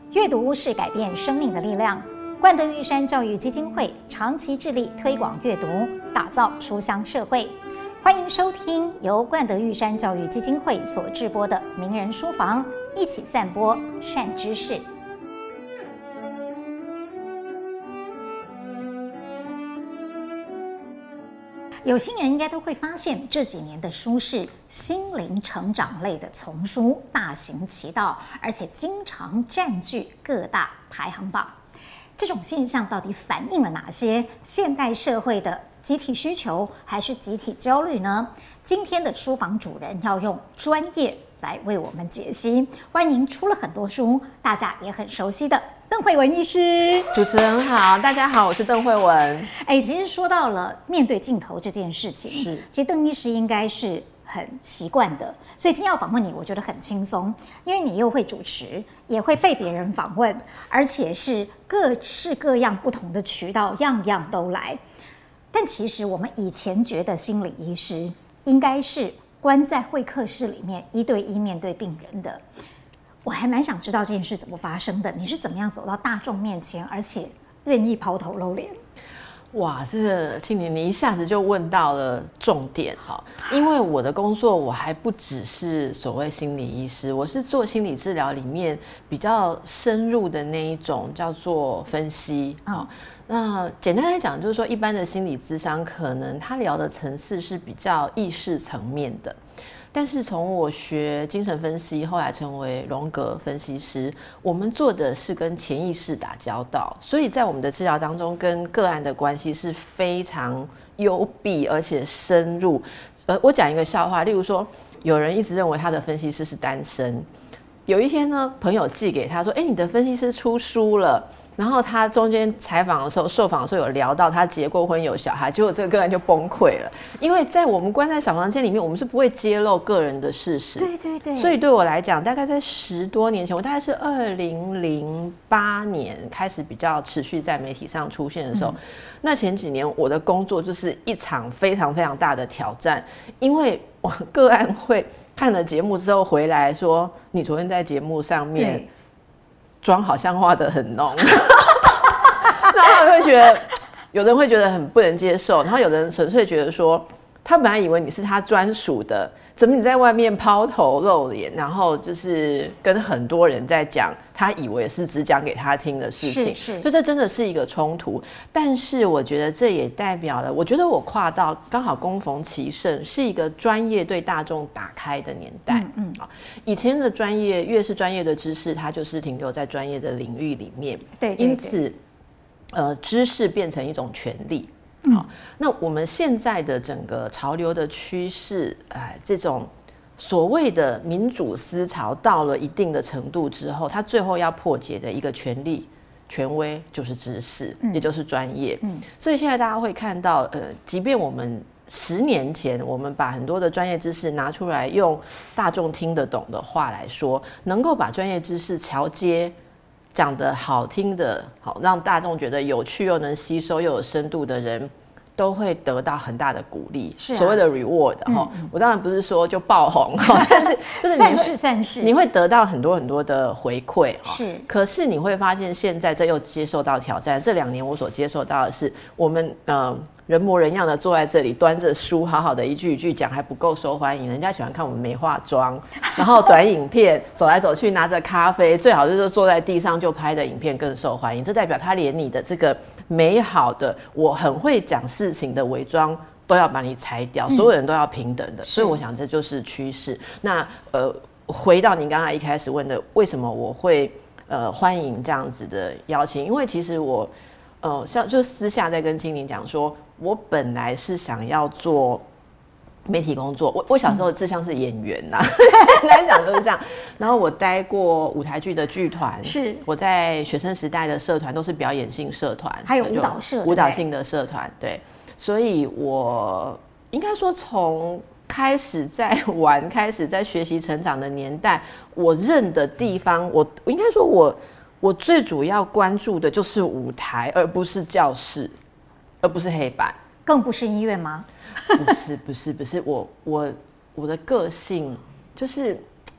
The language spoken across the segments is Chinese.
阅读是改变生命的力量。冠德玉山教育基金会长期致力推广阅读，打造书香社会。欢迎收听由冠德玉山教育基金会所制播的名人书房，一起散播善知识。有心人应该都会发现，这几年的书是心灵成长类的丛书大行其道，而且经常占据各大排行榜。这种现象到底反映了哪些现代社会的集体需求，还是集体焦虑呢？今天的书房主人要用专业来为我们解析。欢迎出了很多书，大家也很熟悉的邓惠文医师。 主持人好，大家好，我是邓惠文。 其实说到了面对镜头这件事情，其实邓医师应该是很习惯的，所以今天要访问你，我觉得很轻松，因为你又会主持，也会被别人访问，而且是各式各样不同的渠道，样样都来。但其实我们以前觉得心理医师应该是关在会客室里面1对1面对病人的。我还蛮想知道这件事怎么发生的，你是怎么样走到大众面前，而且愿意抛头露脸？ 哇，这个庆玲你一下子就问到了重点哈，因为我的工作我还不只是所谓心理医师，我是做心理治疗里面比较深入的那一种，叫做分析啊。那简单来讲，就是说一般的心理咨商可能他聊的层次是比较意识层面的。但是从我学精神分析，后来成为荣格分析师，我们做的是跟潜意识打交道，所以在我们的治疗当中，跟个案的关系是非常幽闭而且深入。我讲一个笑话，例如说，有人一直认为他的分析师是单身，有一天呢，朋友寄给他说：“你的分析师出书了。”然后他中间采访的时候、受访的时候有聊到他结过婚、有小孩，结果这个个案就崩溃了，因为在我们关在小房间里面，我们是不会揭露个人的事实。 对对对。 所以对我来讲，大概在10多年前，我大概是2008年开始比较持续在媒体上出现的时候，那前几年我的工作就是一场非常非常大的挑战，因为我个案会看了节目之后回来说：“你昨天在节目上面。”妆好像画得很浓，然后他们会觉得，有人会觉得很不能接受，然后有人纯粹觉得说，他本来以为你是他专属的，怎么你在外面抛头露脸，然后就是跟很多人在讲，他以为是只讲给他听的事情，所以这真的是一个冲突。但是我觉得这也代表了，我觉得我跨到刚好恭逢其盛，是一个专业对大众打开的年代。以前的专业越是专业的知识，它就是停留在专业的领域里面，对，因此知识变成一种权利。好，那我们现在的整个潮流的趋势，这种所谓的民主思潮到了一定的程度之后，它最后要破解的一个权威就是知识，也就是专业。所以现在大家会看到，即便我们10年前我们把很多的专业知识拿出来，用大众听得懂的话来说，能够把专业知识桥接。讲得好听的，好让大众觉得有趣又能吸收又有深度的人，都会得到很大的鼓励，所谓的 reward。我当然不是说就爆红，但是就是算是你会得到很多很多的回馈。 是， 可是你会发现现在这又接受到挑战。这2年我所接受到的是，我们人模人样的坐在这里，端着书，好好的一句一句讲，还不够受欢迎。人家喜欢看我们没化妆，然后短影片，走来走去，拿着咖啡，最好就是坐在地上就拍的影片更受欢迎。这代表他连你的这个美好的，我很会讲事情的伪装都要把你拆掉，所有人都要平等的。所以我想这就是趋势。那回到您刚才一开始问的，为什么我会欢迎这样子的邀请？因为其实我像就私下在跟青玲讲说，我本来是想要做媒体工作，我小时候的志向是演员呐，简单讲就是这样。然后我待过舞台剧的剧团， 是我在学生时代的社团都是表演性社团， 还有舞蹈社， 舞蹈性的社团，对。所以我应该说从开始在玩、开始在学习成长的年代，我认的地方，我应该说我最主要关注的就是舞台，而不是教室，而不是黑板， 更不是医院吗？ 不是，我的个性就是，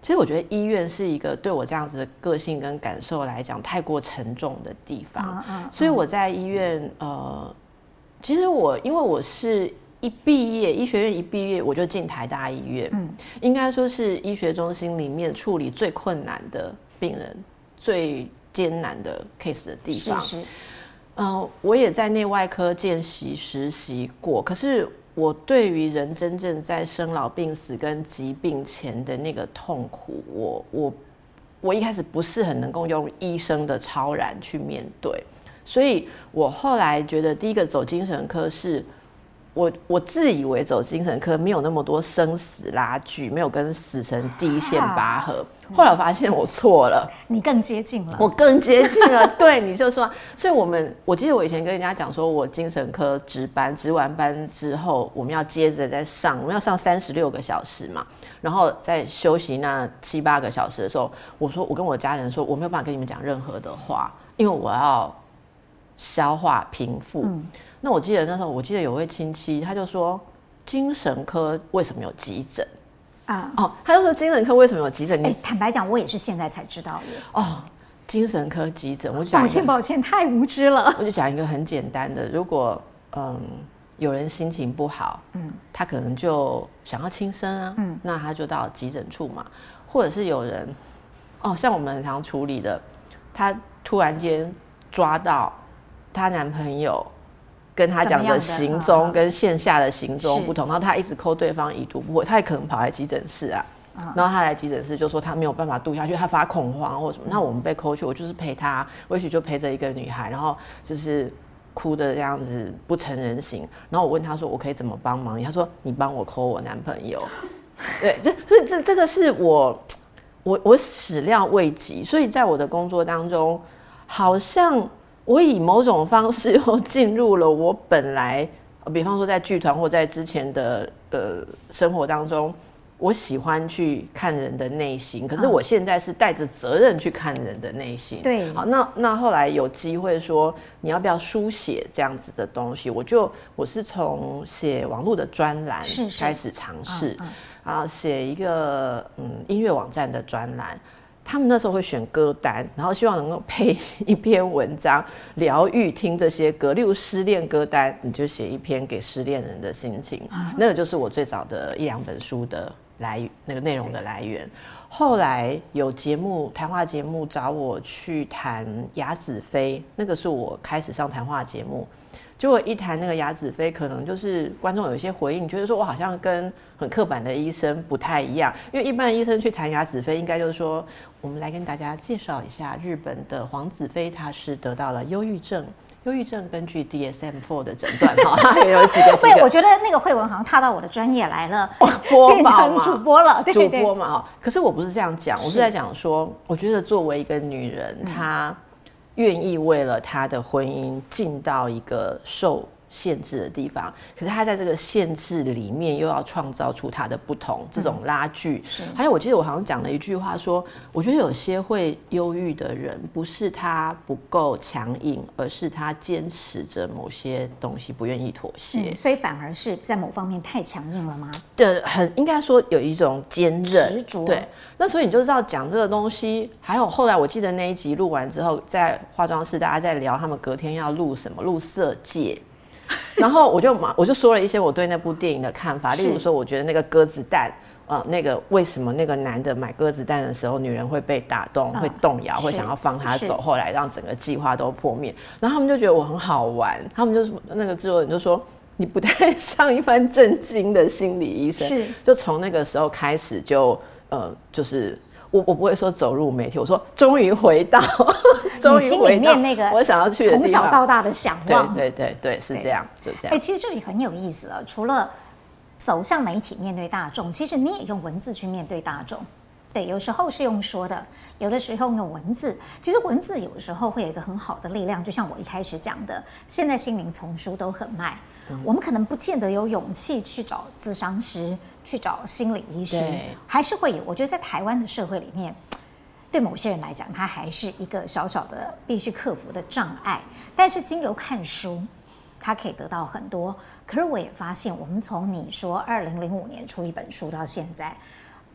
其实我觉得医院是一个对我这样子的个性跟感受来讲太过沉重的地方，所以我在医院其实因为我是一毕业，医学院一毕业我就进台大医院，应该说是医学中心里面处理最困难的病人、最艰难的 case 的地方。是我也在内外科见习实习过，可是我对于人真正在生老病死跟疾病前的那个痛苦，我一开始不是很能够用医生的超然去面对，所以我后来觉得第一个走精神科是我自以为走精神科没有那么多生死拉锯，没有跟死神第一线拔河。后来我发现我错了， 你更接近了， 我更接近了。对，你就说，所以我记得我以前跟人家讲说，我精神科值班，值完班之后，我们要接着再上，我们要上36个小时嘛，然后在休息那7、8个小时的时候，我跟我家人说，我没有办法跟你们讲任何的话，因为我要消化平复。那我记得那时候，有位亲戚，他就说精神科为什么有急诊他就说精神科为什么有急诊？ 坦白讲，我也是现在才知道耶。 精神科急诊，我就讲抱歉，太无知了。 我就讲一个很简单的，如果有人心情不好，他可能就想要轻生啊，那他就到急诊处嘛，或者是有人像我们很常处理的，他突然间抓到她男朋友跟他讲的行踪跟线下的行踪不同，然后他一直扣对方已读不回，他也可能跑来急诊室啊，然后他来急诊室就说他没有办法度下去，他发恐慌或什么，那我们被扣去，我就是陪他，我也许就陪着一个女孩，然后就是哭的这样子不成人形，然后我问他说我可以怎么帮忙你，他说你帮我扣我男朋友。对，所以这个是我始料未及，所以在我的工作当中，好像我以某种方式又进入了我本来，比方说在剧团或在之前的生活当中，我喜欢去看人的内心，可是我现在是带着责任去看人的内心。 对， 好，那后来有机会说你要不要书写这样子的东西，我是从写网络的专栏开始尝试，写一个音乐网站的专栏。他们那时候会选歌单，然后希望能够配一篇文章疗愈听这些歌，例如失恋歌单，你就写一篇给失恋人的心情，那个就是我最早的1、2本书的那个内容的来源。后来有谈话节目找我去谈雅子妃，那个是我开始上谈话节目。结果一谈那个雅子妃，可能就是观众有一些回应，觉得说我好像跟很刻板的医生不太一样，因为一般医生去谈雅子妃，应该就是说我们来跟大家介绍一下日本的皇子妃，她是得到了忧郁症。忧郁症根据 DSM-4 的诊断，也有几个。 我觉得那个慧文好像踏到我的专业来了， 变成主播了，对主播嘛。可是我不是这样讲，我是在讲说，我觉得作为一个女人，她愿意为了她的婚姻进到一个受限制的地方，可是她在这个限制里面又要创造出她的不同，这种拉锯。还有我记得我好像讲了一句话说，我觉得有些会忧郁的人不是他不够强硬，而是他坚持着某些东西不愿意妥协， 所以反而是在某方面太强硬了吗？ 对，应该说有一种坚韧执着。 对，那所以你就知道讲这个东西。还有后来我记得那一集录完之后，在化妆室大家在聊他们隔天要录什么，录色戒。然后我就说了一些我对那部电影的看法，例如说我觉得那个鸽子蛋那个为什么那个男的买鸽子蛋的时候女人会被打动，会动摇，会想要放他走，后来让整个计划都破灭。然后他们就觉得我很好玩，他们就那个制作人就说你不太像一般正经的心理医生。就从那个时候开始就是我不会说走入媒体，我说终于回到你心里面那个我想要去的地方， 从小到大的想望。 对，是这样，就这样。 其实这里很有意思了，除了走向媒体面对大众，其实你也用文字去面对大众。对，有时候是用说的，有的时候用文字。其实文字有的时候会有一个很好的力量，就像我一开始讲的，现在心灵丛书都很卖。我们可能不见得有勇气去找咨商师，去找心理医师，还是会有。我觉得在台湾的社会里面，对某些人来讲，它还是一个小小的必须克服的障碍。但是经由看书，它可以得到很多。可是我也发现，我们从你说2005年出一本书到现在，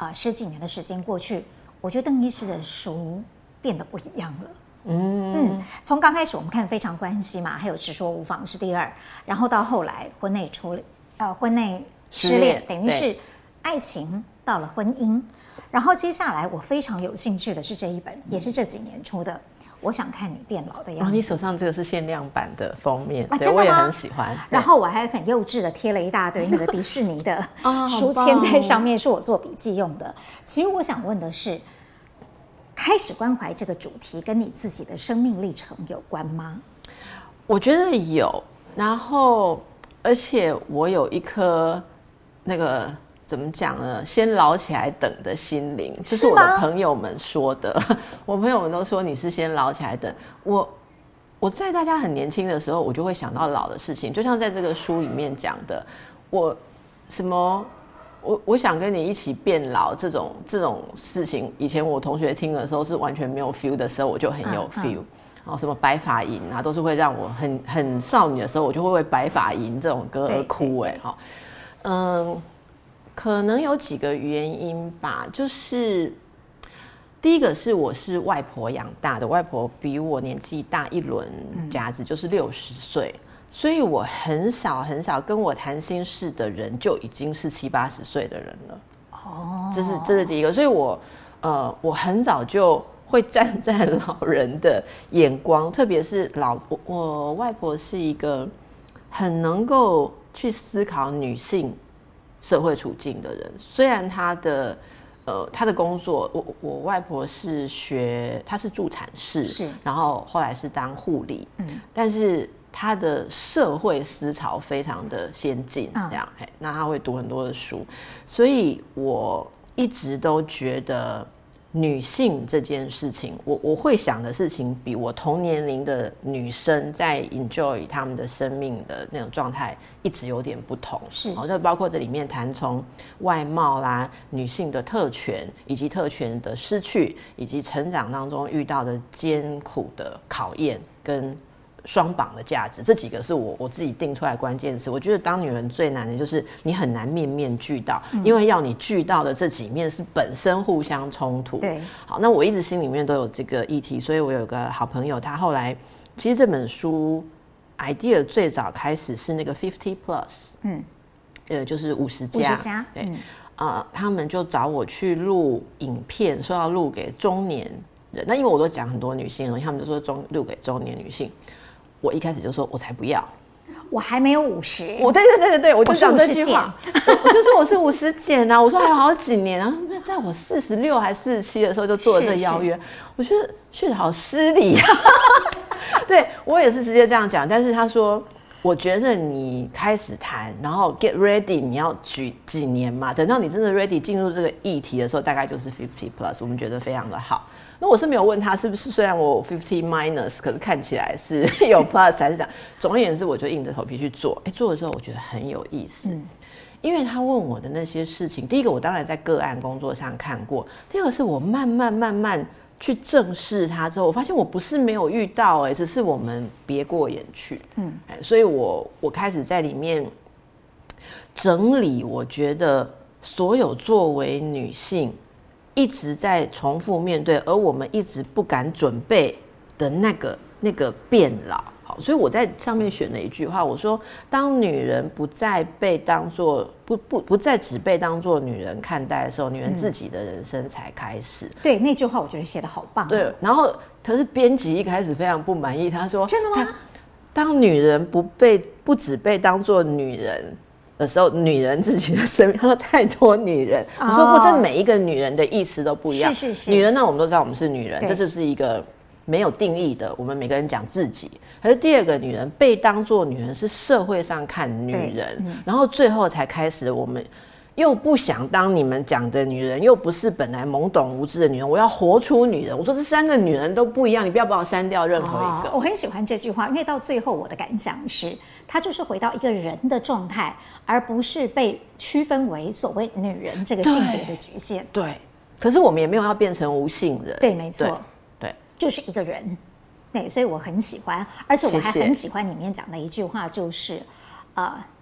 10几年的时间过去，我觉得邓医师的书变得不一样了。从刚开始我们看非常关系嘛，还有直说无妨是第2，然后到后来婚内失恋，等于是爱情到了婚姻，然后接下来我非常有兴趣的是这一本，也是这几年出的。我想看你变老的样子。 你手上这个是限量版的封面， 对， 我也很喜欢。 然后我还很幼稚的贴了一大堆那个迪士尼的书签在上面，是我做笔记用的。其实我想问的是，开始关怀这个主题跟你自己的生命历程有关吗？ 我觉得有，然后而且我有一颗那个怎么讲呢？先老起来等的心灵，这是我的朋友们说的。我朋友们都说你是先老起来等。我在大家很年轻的时候，我就会想到老的事情，就像在这个书里面讲的，我想跟你一起变老这种事情，以前我同学听的时候是完全没有 feel 的时候，我就很有 feel。然后什么白发吟啊，都是会让我很少女的时候，我就会为白发吟这种歌而哭可能有几个原因吧，就是第一个是我是外婆养大的，外婆比我年纪大一轮甲子，就是60岁。所以我很少跟我谈心事的人就已经是70、80岁的人了。这是第一个。所以我很早就会站在老人的眼光，特别是我外婆是一个很能够去思考女性社会处境的人。虽然她的工作，我外婆是她是助产士，然后后来是当护理，但是他的社会思潮非常的先进，这样，那他会读很多的书，所以我一直都觉得女性这件事情，我会想的事情，比我同年龄的女生在 enjoy 他们的生命的那种状态一直有点不同。就包括这里面谈从外貌啦、女性的特权，以及特权的失去，以及成长当中遇到的艰苦的考验跟双绑的价值，这几个是我自己定出来关键词。我觉得当女人最难的就是你很难面面俱到，因为要你俱到的这几面是本身互相冲突。 对， 好，那我一直心里面都有这个议题，所以我有个好朋友，他后来其实这本书 idea 最早开始是那个50 plus，就是50加，对，他们就找我去录影片，说要录给中年人。那因为我都讲很多女性，他们就说录给中年女性。我一开始就说，我才不要， 我还没有50。 对，我就讲这句话，我就说我是50减啊。我说还有好几年，然后在我46还47的时候就做了这邀约，我觉得去的好失礼啊。对，我也是直接这样讲，但是他说，我觉得你开始谈，然后 get ready， 你要举几年嘛，等到你真的 ready 进入这个议题的时候，大概就是50 plus， 我们觉得非常的好。那我是没有问他是不是，虽然我50 minus， 可是看起来是有 plus 还是这样。总而言之，我就硬着头皮去做。做的时候我觉得很有意思，因为他问我的那些事情，第一个我当然在个案工作上看过，第二个是我慢慢去正视它之后，我发现我不是没有遇到，只是我们别过眼去。所以我开始在里面整理，我觉得所有作为女性一直在重复面对，而我们一直不敢准备的那个变老。好，所以我在上面选了一句话，我说：当女人不再被当作不再只被当作女人看待的时候，女人自己的人生才开始。 对，那句话我觉得写得好棒。 对，然后可是编辑一开始非常不满意，他说： 真的吗？ 当女人不只被当作女人的时候，女人自己的生命，他说太多女人，我说不，这每一个女人的意思都不一样。 是女人呢，我们都知道我们是女人，这就是一个没有定义的，我们每个人讲自己。可是第二个，女人被当作女人是社会上看女人，然后最后才开始我们又不想当你们讲的女人，又不是本来懵懂无知的女人，我要活出女人。我说这3个女人都不一样，你不要把我删掉任何一个。 我很喜欢这句话，因为到最后我的感想是，她就是回到一个人的状态，而不是被区分为所谓女人这个性别的局限。 对，可是我们也没有要变成无性人。 对，没错， 对， 就是一个人。对，所以我很喜欢，而且我还很喜欢里面讲的一句话，就是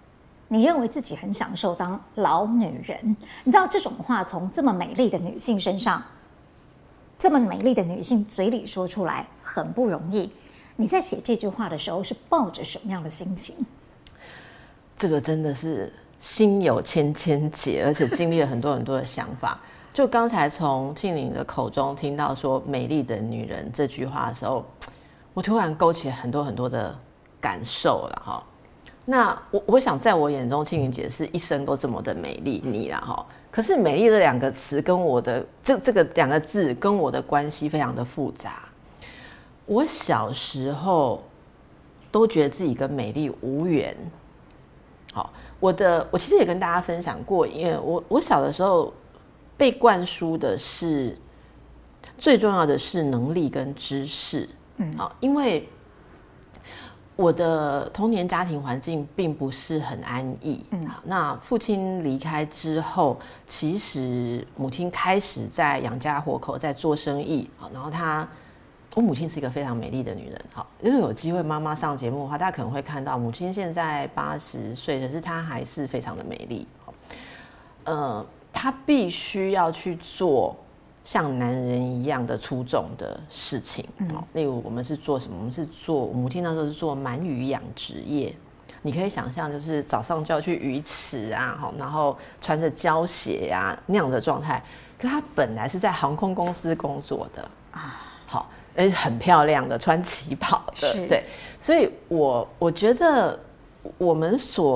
你认为自己很享受当老女人，你知道这种话从这么美丽的女性身上，这么美丽的女性嘴里说出来很不容易。你在写这句话的时候是抱着什么样的心情？ 这个真的是心有千千结，而且经历了很多很多的想法。就刚才从庆玲的口中听到说美丽的女人这句话的时候，我突然勾起了很多很多的感受了哈。那我想在我眼中，庆玲姐是一生都这么的美丽你啦哈。可是美丽这两个词跟我的这个两个字跟我的关系非常的复杂。我小时候都觉得自己跟美丽无缘。好，我其实也跟大家分享过，因为我小的时候被灌输的是最重要的是能力跟知识。好，因为我的童年家庭环境并不是很安逸。那父亲离开之后，其实母亲开始在养家活口，在做生意。然后我母亲是一个非常美丽的女人。好，因为有机会妈妈上节目的话，大家可能会看到母亲现在80岁，可是她还是非常的美丽。她必须要去做像男人一样的出众的事情。例如我们是做什么？我母亲那时候是做鳗鱼养殖业。你可以想象，就是早上就要去鱼池啊，然后穿着胶鞋啊那样的状态。可是她本来是在航空公司工作的啊，好，而且很漂亮的，穿旗袍的，对。所以我觉得我们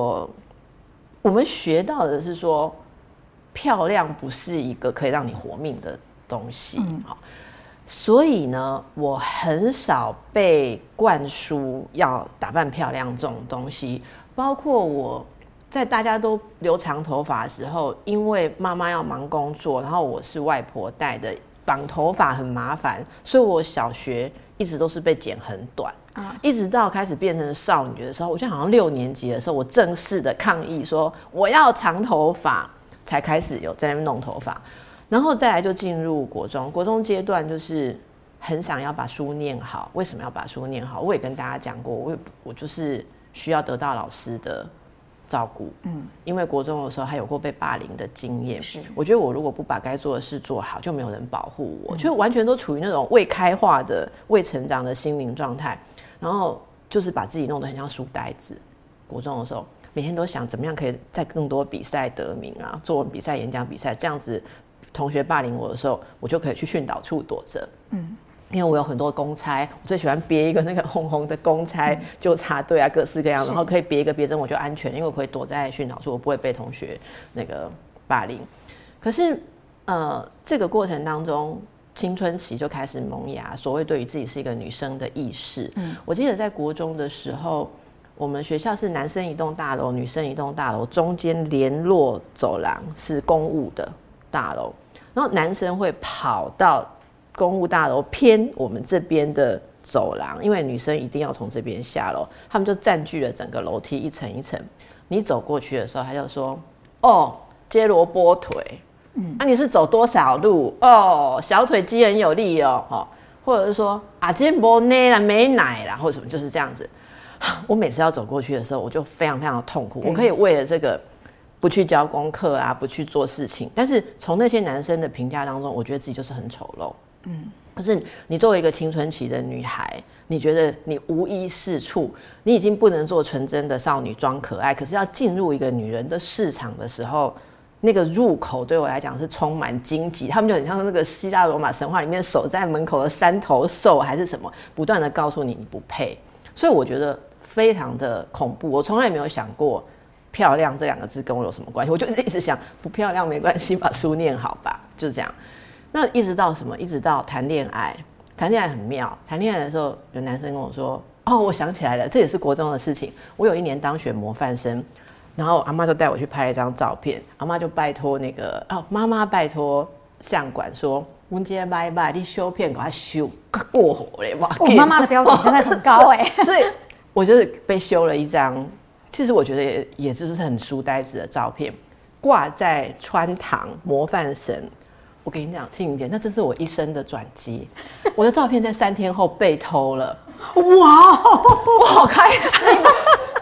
学到的是说，漂亮不是一个可以让你活命的东西。所以呢，我很少被灌输要打扮漂亮这种东西。包括我在大家都留长头发的时候，因为妈妈要忙工作，然后我是外婆带的，绑头发很麻烦，所以我小学一直都是被剪很短。一直到开始变成少女的时候，我就好像6年级的时候，我正式的抗议说我要长头发，才开始有在那边弄头发。然后再来就进入国中阶段，就是很想要把书念好。为什么要把书念好？我也跟大家讲过，我就是需要得到老师的照顾。因为国中的时候还有过被霸凌的经验。我觉得我如果不把该做的事做好，就没有人保护我，就完全都处于那种未开化的、未成长的心灵状态。然后就是把自己弄得很像书呆子。国中的时候，每天都想怎么样可以在更多比赛得名啊，作文比赛、演讲比赛，这样子同学霸凌我的时候，我就可以去训导处躲着。因为我有很多公差，我最喜欢别一个那个红红的公差纠察队啊，各式各样，然后可以别一个别针，我就安全，因为我可以躲在训导处，我不会被同学那个霸凌。可是这个过程当中，青春期就开始萌芽，所谓对于自己是一个女生的意识。我记得在国中的时候，我们学校是男生一栋大楼，女生一栋大楼，中间联络走廊是公务的大楼，然后男生会跑到公务大楼偏我们这边的走廊，因为女生一定要从这边下楼，他们就占据了整个楼梯一层一层。你走过去的时候，他就说：“哦，接萝卜腿。”你是走多少路？哦，小腿肌很有力哦，或者是说今天没奶啦，没奶啦，或者什么，就是这样子。我每次要走过去的时候，我就非常非常的痛苦。我可以为了这个不去交功课啊，不去做事情，但是从那些男生的评价当中，我觉得自己就是很丑陋。可是你作为一个青春期的女孩，你觉得你无一是处，你已经不能做纯真的少女装可爱，可是要进入一个女人的市场的时候，那个入口对我来讲是充满荆棘。他们就很像那个希腊罗马神话里面守在门口的3头兽还是什么，不断的告诉你你不配。所以我觉得非常的恐怖。我从来没有想过漂亮这2个字跟我有什么关系，我就一直想不漂亮没关系，把书念好吧，就是这样。那一直到什么？一直到谈恋爱。谈恋爱很妙。谈恋爱的时候，有男生跟我说：“哦，我想起来了，这也是国中的事情。我有一年当选模范生，然后阿妈就带我去拍了一张照片。阿妈就拜托那个妈妈拜托相馆说：‘我今天拜拜，你修片给他修过火嘞哇！’ 我妈妈的标准真的很高所以我就是被修了一张，其实我觉得也就是很书呆子的照片，挂在穿堂模范生。我跟你讲，庆玲姐，那真是我一生的转机。我的照片在3天后被偷了，哇！我好开心，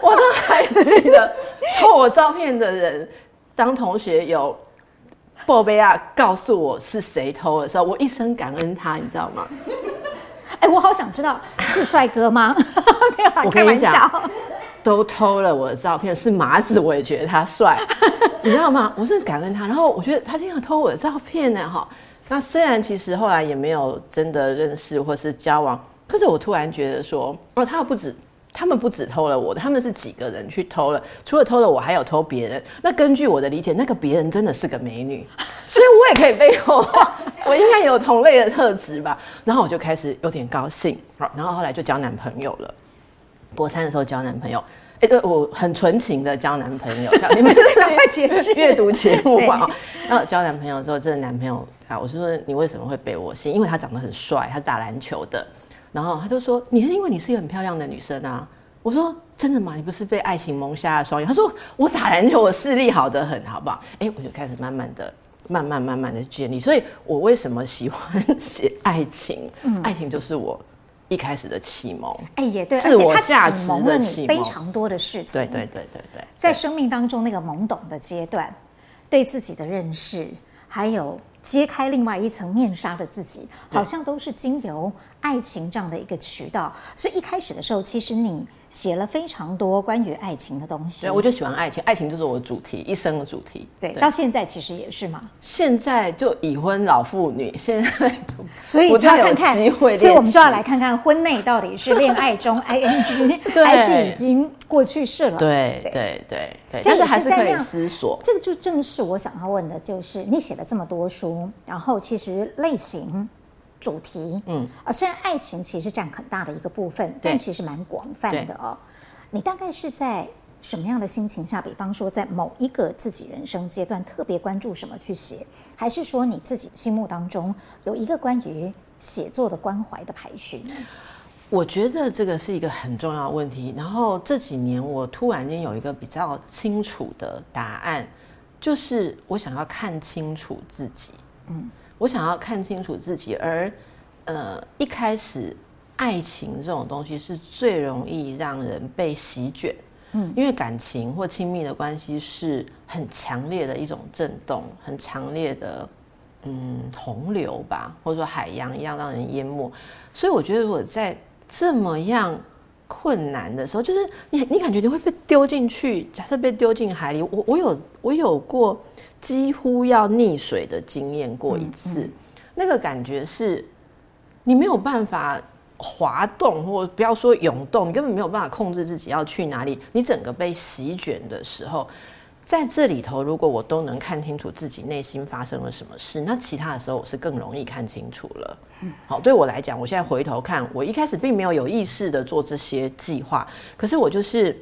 我都还记得偷我照片的人，当同学有报备啊告诉我是谁偷的时候，我一生感恩他，你知道吗？ 我好想知道是帅哥吗？没有啦， 我跟你讲，都偷了我的照片，是麻子我也觉得他帅，你知道吗？我真的感恩他，然后我觉得他竟然偷我的照片呢，哈。那虽然其实后来也没有真的认识或是交往，可是我突然觉得说，他们不止偷了我的，他们是几个人去偷了，除了偷了我，还有偷别人。那根据我的理解，那个别人真的是个美女，所以我也可以被偷，我应该有同类的特质吧。然后我就开始有点高兴，然后后来就交男朋友了。国3的时候交男朋友，对，我很纯情的交男朋友，你们快解释阅读节目啊。然后交男朋友之后，这个男朋友我是说你为什么会被我吸引？因为他长得很帅，他是打篮球的。然后他就说：“你是因为你是一个很漂亮的女生啊。”我说：“真的吗？你不是被爱情蒙瞎了双眼？”他说：“我打篮球，我视力好得很，好不好？”我就开始慢慢的建立。所以我为什么喜欢写爱情？爱情就是我一开始的启蒙。 也对， 自我价值而且它启蒙了你非常多的事情。 对， 在生命当中那个懵懂的阶段，对自己的认识，还有揭开另外一层面纱的自己，好像都是经由爱情这样的一个渠道。所以一开始的时候，其实你写了非常多关于爱情的东西。 对，我就喜欢爱情，爱情就是我的主题，一生的主题。 对，到现在其实也是嘛。 现在就已婚老妇女，现在所以就要看看， 所以我们就要来看看婚内到底是恋爱中 ing 还是已经过去式了。 对，但是还是可以思索。 这个就正是我想要问的，就是你写了这么多书，然后其实类型。主题，虽然爱情其实占很大的一个部分，但其实蛮广泛的哦。你大概是在什么样的心情下，比方说在某一个自己人生阶段特别关注什么去写，还是说你自己心目当中有一个关于写作的关怀的排序呢？ 我觉得这个是一个很重要的问题。然后这几年我突然间有一个比较清楚的答案，就是我想要看清楚自己。我想要看清楚自己，而一开始爱情这种东西是最容易让人被席卷，因为感情或亲密的关系是很强烈的一种震动，很强烈的洪流吧，或者说海洋一样让人淹没。所以我觉得我在这么样困难的时候，就是你感觉你会被丢进去，假设被丢进海里，我有过几乎要溺水的经验过一次，那个感觉是你没有办法滑动，或不要说涌动，你根本没有办法控制自己要去哪里，你整个被席卷的时候，在这里头如果我都能看清楚自己内心发生了什么事，那其他的时候我是更容易看清楚了。好，对我来讲，我现在回头看，我一开始并没有意识的做这些计划，可是我就是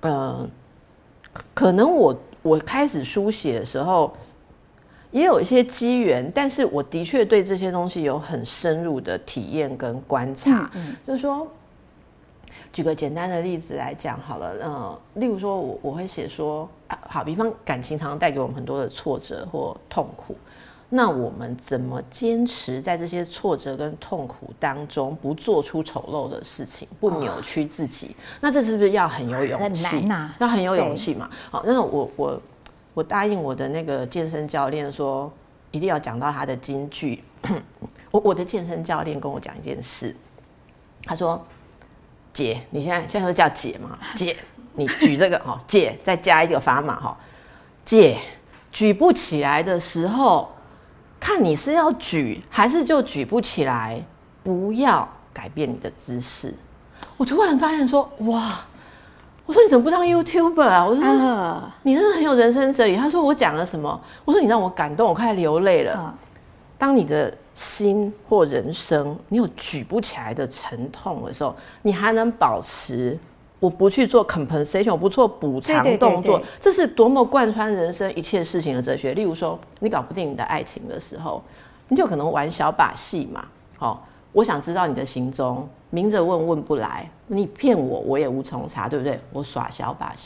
可能我开始书写的时候也有一些机缘，但是我的确对这些东西有很深入的体验跟观察。就是说举个简单的例子来讲好了，例如说我会写说，好，比方感情常常带给我们很多的挫折或痛苦，那我们怎么坚持在这些挫折跟痛苦当中不做出丑陋的事情，不扭曲自己？那这是不是要很有勇气？ 很难啊， 要很有勇气嘛。好，那我答应我的那个健身教练说，一定要讲到他的金句。我的健身教练跟我讲一件事，他说：“姐，你现在会叫姐吗？姐，你举这个哈，姐再加一个砝码哈，姐举不起来的时候，看你是要举还是就举不起来，不要改变你的姿势。”我突然发现说，哇！我说你怎么不当 YouTuber 啊？我说你真的很有人生哲理。他说我讲了什么？我说你让我感动，我快流泪了。当你的心或人生你有举不起来的沉痛的时候，你还能保持我不去做 compensation， 我不做补偿动作，这是多么贯穿人生一切事情的哲学。例如说，你搞不定你的爱情的时候，你就可能玩小把戏嘛。我想知道你的行踪，明着问问不来，你骗我，我也无从查，对不对？我耍小把戏，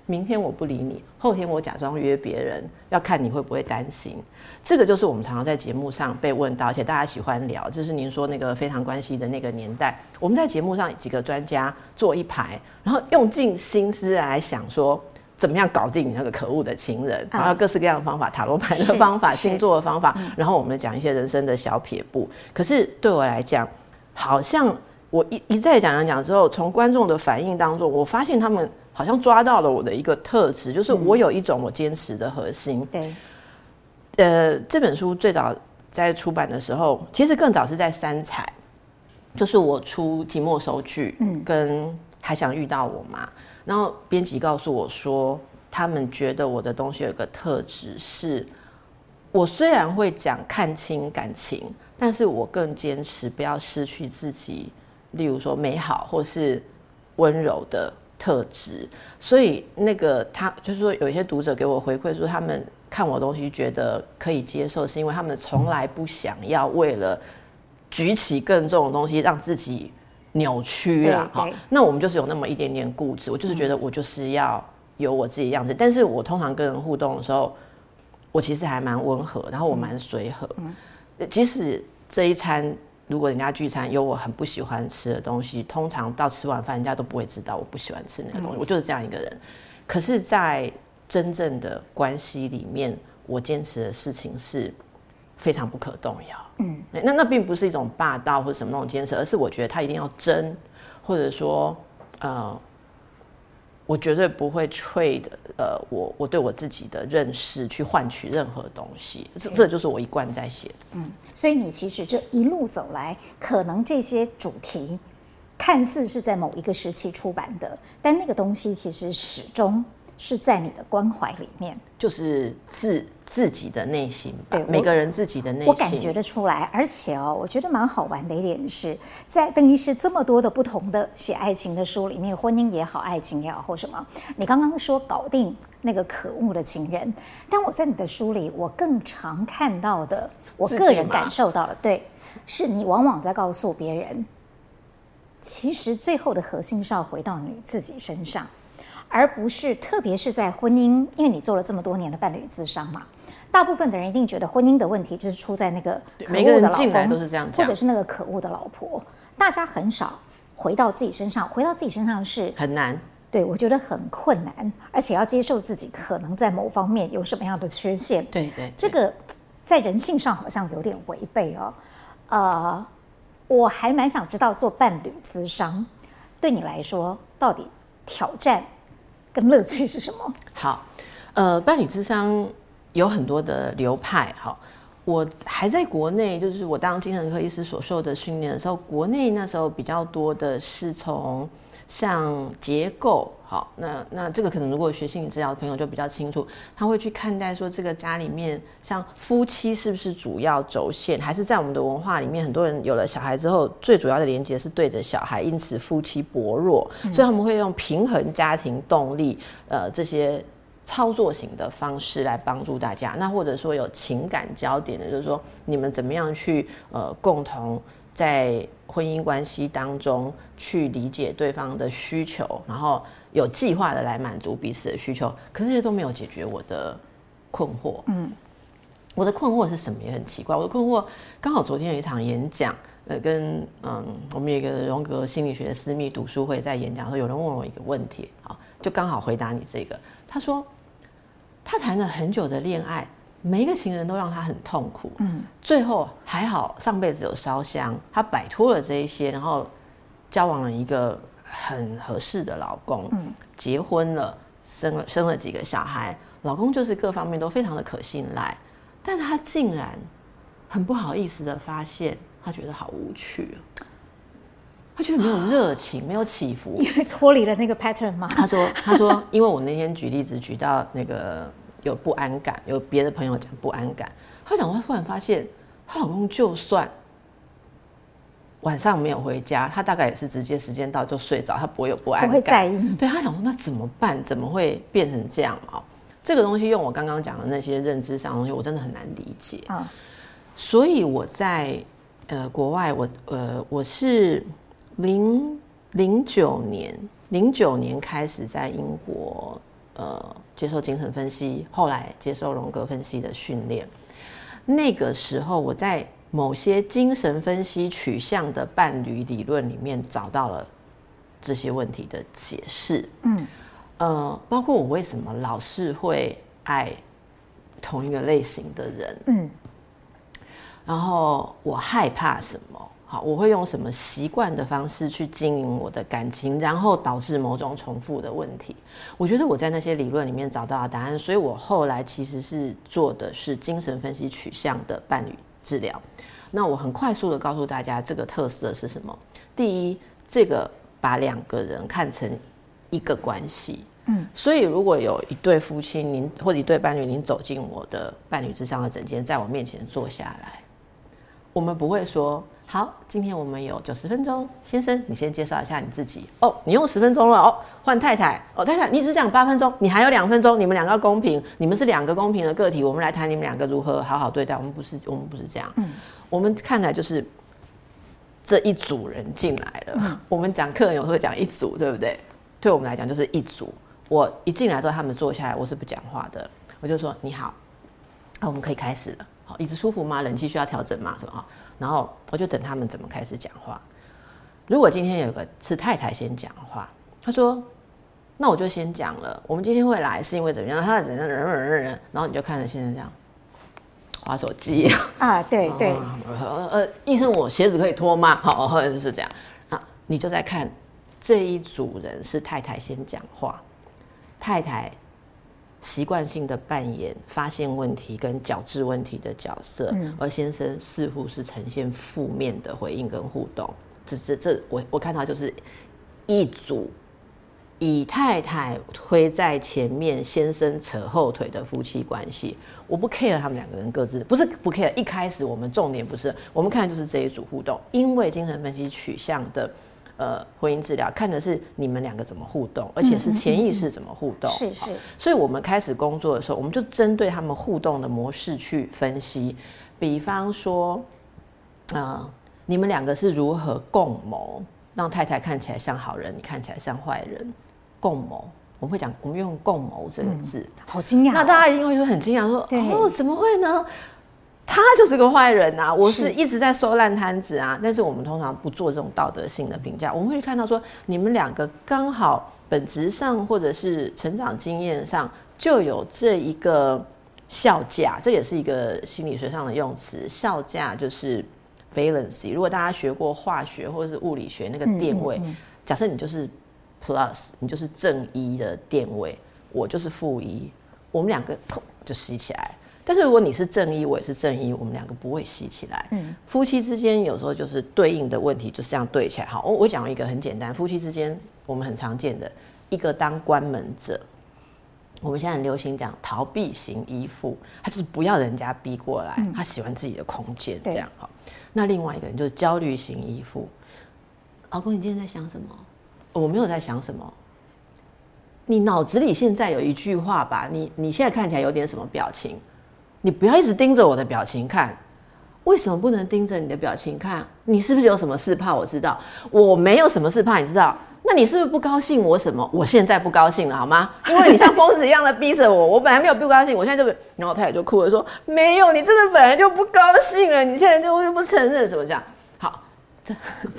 明天我不理你，后天我假装约别人，要看你会不会担心。这个就是我们常常在节目上被问到，而且大家喜欢聊，就是您说那个非常关系的那个年代，我们在节目上几个专家坐一排，然后用尽心思来想说怎么样搞定你那个可恶的情人，然后各式各样的方法，塔罗牌的方法，星座的方法，然后我们讲一些人生的小撇步。可是对我来讲，好像我一再讲之后，从观众的反应当中，我发现他们好像抓到了我的一个特质，就是我有一种我坚持的核心。 对。 这本书最早在出版的时候，其实更早是在三彩，就是我出寂寞收据，跟还想遇到我吗？然后编辑告诉我说，他们觉得我的东西有一个特质是，我虽然会讲看清感情，但是我更坚持不要失去自己，例如说美好或是温柔的特质。所以那个他就是说，有一些读者给我回馈说，他们看我的东西觉得可以接受，是因为他们从来不想要为了举起更重的东西让自己扭曲啦。那我们就是有那么一点点固执，我就是觉得我就是要有我自己的样子。但是我通常跟人互动的时候，我其实还蛮温和，然后我蛮随和。即使这一餐如果人家聚餐有我很不喜欢吃的东西，通常到吃完饭人家都不会知道我不喜欢吃那个东西，我就是这样一个人。可是在真正的关系里面，我坚持的事情是非常不可动摇。那并不是一种霸道或者什么那种坚持，而是我觉得他一定要真，或者说我绝对不会 trade 我对我自己的认识去换取任何东西，这就是我一贯在写的。 所以你其实这一路走来，可能这些主题看似是在某一个时期出版的，但那个东西其实始终是在你的关怀里面， 就是自己的内心吧，每个人自己的内心， 我感觉得出来。而且我觉得蛮好玩的一点是，在邓医师这么多的不同的写爱情的书里面，婚姻也好，爱情也好，或什么，你刚刚说搞定那个可恶的情人，但我在你的书里，我更常看到的，我个人感受到了，对，是你往往在告诉别人，其实最后的核心是要回到你自己身上。而不是，特别是在婚姻，因为你做了这么多年的伴侣咨商嘛，大部分的人一定觉得婚姻的问题就是出在那个可恶的老公， 进来都是这样讲， 或者是那个可恶的老婆。大家很少回到自己身上，回到自己身上是很难。 对，我觉得很困难，而且要接受自己可能在某方面有什么样的缺陷。 对， 这个在人性上好像有点违背哦。我还蛮想知道，做伴侣咨商对你来说，到底挑战跟乐趣是什么？ 好，伴侣咨商有很多的流派。好，我还在国内，就是我当精神科医师所受的训练的时候，国内那时候比较多的是从像结构。好，那这个可能如果学心理治疗的朋友就比较清楚，他会去看待说这个家里面像夫妻是不是主要轴线，还是在我们的文化里面，很多人有了小孩之后，最主要的连结是对着小孩，因此夫妻薄弱，所以他们会用平衡家庭动力这些操作型的方式来帮助大家。那或者说有情感焦点的，就是说你们怎么样去共同在婚姻关系当中去理解对方的需求，然后有计划的来满足彼此的需求。可是这些都没有解决我的困惑。我的困惑是什么也很奇怪。我的困惑刚好昨天有一场演讲，跟我们有一个荣格心理学的私密读书会，在演讲的时候有人问我一个问题，就刚好回答你这个。他说他谈了很久的恋爱，每一个情人都让他很痛苦，最后还好上辈子有烧香，他摆脱了这一些，然后交往了一个很合适的老公，结婚了，生了几个小孩，老公就是各方面都非常的可信赖，但他竟然很不好意思的发现，他觉得好无趣，他觉得没有热情，没有起伏， 因为脱离了那个 pattern 吗？ 他说，因为我那天举例子举到那个有不安感，有别的朋友讲不安感，他讲他突然发现，她老公就算晚上没有回家，他大概也是直接时间到就睡着，他不会有不安感， 不会在意。 对，他想说那怎么办？怎么会变成这样嘛？这个东西用我刚刚讲的那些认知上的东西，我真的很难理解。所以我在国外，我是09年开始在英国接受精神分析，后来接受荣格分析的训练。那个时候我在某些精神分析取向的伴侣理论里面找到了这些问题的解释。包括我为什么老是会爱同一个类型的人，然后我害怕什么，好，我会用什么习惯的方式去经营我的感情，然后导致某种重复的问题。我觉得我在那些理论里面找到了答案，所以我后来其实是做的是精神分析取向的伴侣治疗。那我很快速的告诉大家这个特色是什么。第一，这个把两个人看成一个关系。所以如果有一对夫妻，您或者一对伴侣，您走进我的伴侣咨商的诊间，在我面前坐下来，我们不会说好，今天我们有90分钟，先生你先介绍一下你自己。你用10分钟了，换太太。太太你只讲8分钟，你还有2分钟，你们两个要公平，你们是2个公平的个体，我们来谈你们2个如何好好对待。我们不是这样。我们看来就是这一组人进来了。我们讲客人有时候会讲一组，对不对？对我们来讲就是一组。我一进来之后，他们坐下来，我是不讲话的，我就说你好，我们可以开始了。好，椅子舒服吗？冷气需要调整吗？什么？然后我就等他们怎么开始讲话。如果今天有个是太太先讲话，她说：“那我就先讲了。我们今天会来是因为怎么样？他怎样？然后你就看着先生这样滑手机啊，对对。 医生，我鞋子可以脱吗？好，或者是这样啊，你就在看这一组人是太太先讲话。太太习惯性的扮演发现问题跟矫治问题的角色，而先生似乎是呈现负面的回应跟互动。我看到就是一组以太太推在前面，先生扯后腿的夫妻关系。我不 care 他们2个人各自，不是不 care， 一开始我们重点不是，我们看的就是这一组互动，因为精神分析取向的婚姻治疗看的是你们2个怎么互动，而且是潜意识怎么互动。 是。 所以我们开始工作的时候，我们就针对他们互动的模式去分析。比方说，你们2个是如何共谋，让太太看起来像好人，你看起来像坏人。共谋，我们用共谋这个字， 好惊讶。 那大家一定会很惊讶说，怎么会呢？他就是个坏人啊！我是一直在收烂摊子啊！但是我们通常不做这种道德性的评价，我们会看到说，你们2个刚好本质上或者是成长经验上就有这一个效价，这也是一个心理学上的用词。效价就是 valency。如果大家学过化学或者是物理学那个电位，假设你就是 plus， 你就是正1的电位，我就是负1，我们2个就吸起来。但是如果你是正1，我也是正1，我们2个不会吸起来。夫妻之间有时候就是对应的问题就是这样对起来。好，我讲一个很简单，夫妻之间我们很常见的一个当关门者，我们现在很流行讲逃避型依附，他就是不要人家逼过来，他喜欢自己的空间这样。好，那另外一个人就是焦虑型依附，老公你今天在想什么？我没有在想什么。你脑子里现在有一句话吧，你现在看起来有点什么表情，你不要一直盯着我的表情看。为什么不能盯着你的表情看？你是不是有什么事怕我知道？我没有什么事怕你知道。那你是不是不高兴我什么？我现在不高兴了好吗？因为你像疯子一样的逼着我，我本来没有不高兴，我现在就……然后太太就哭了说：“没有，你真的本来就不高兴了，你现在就不承认什么这样。”好，这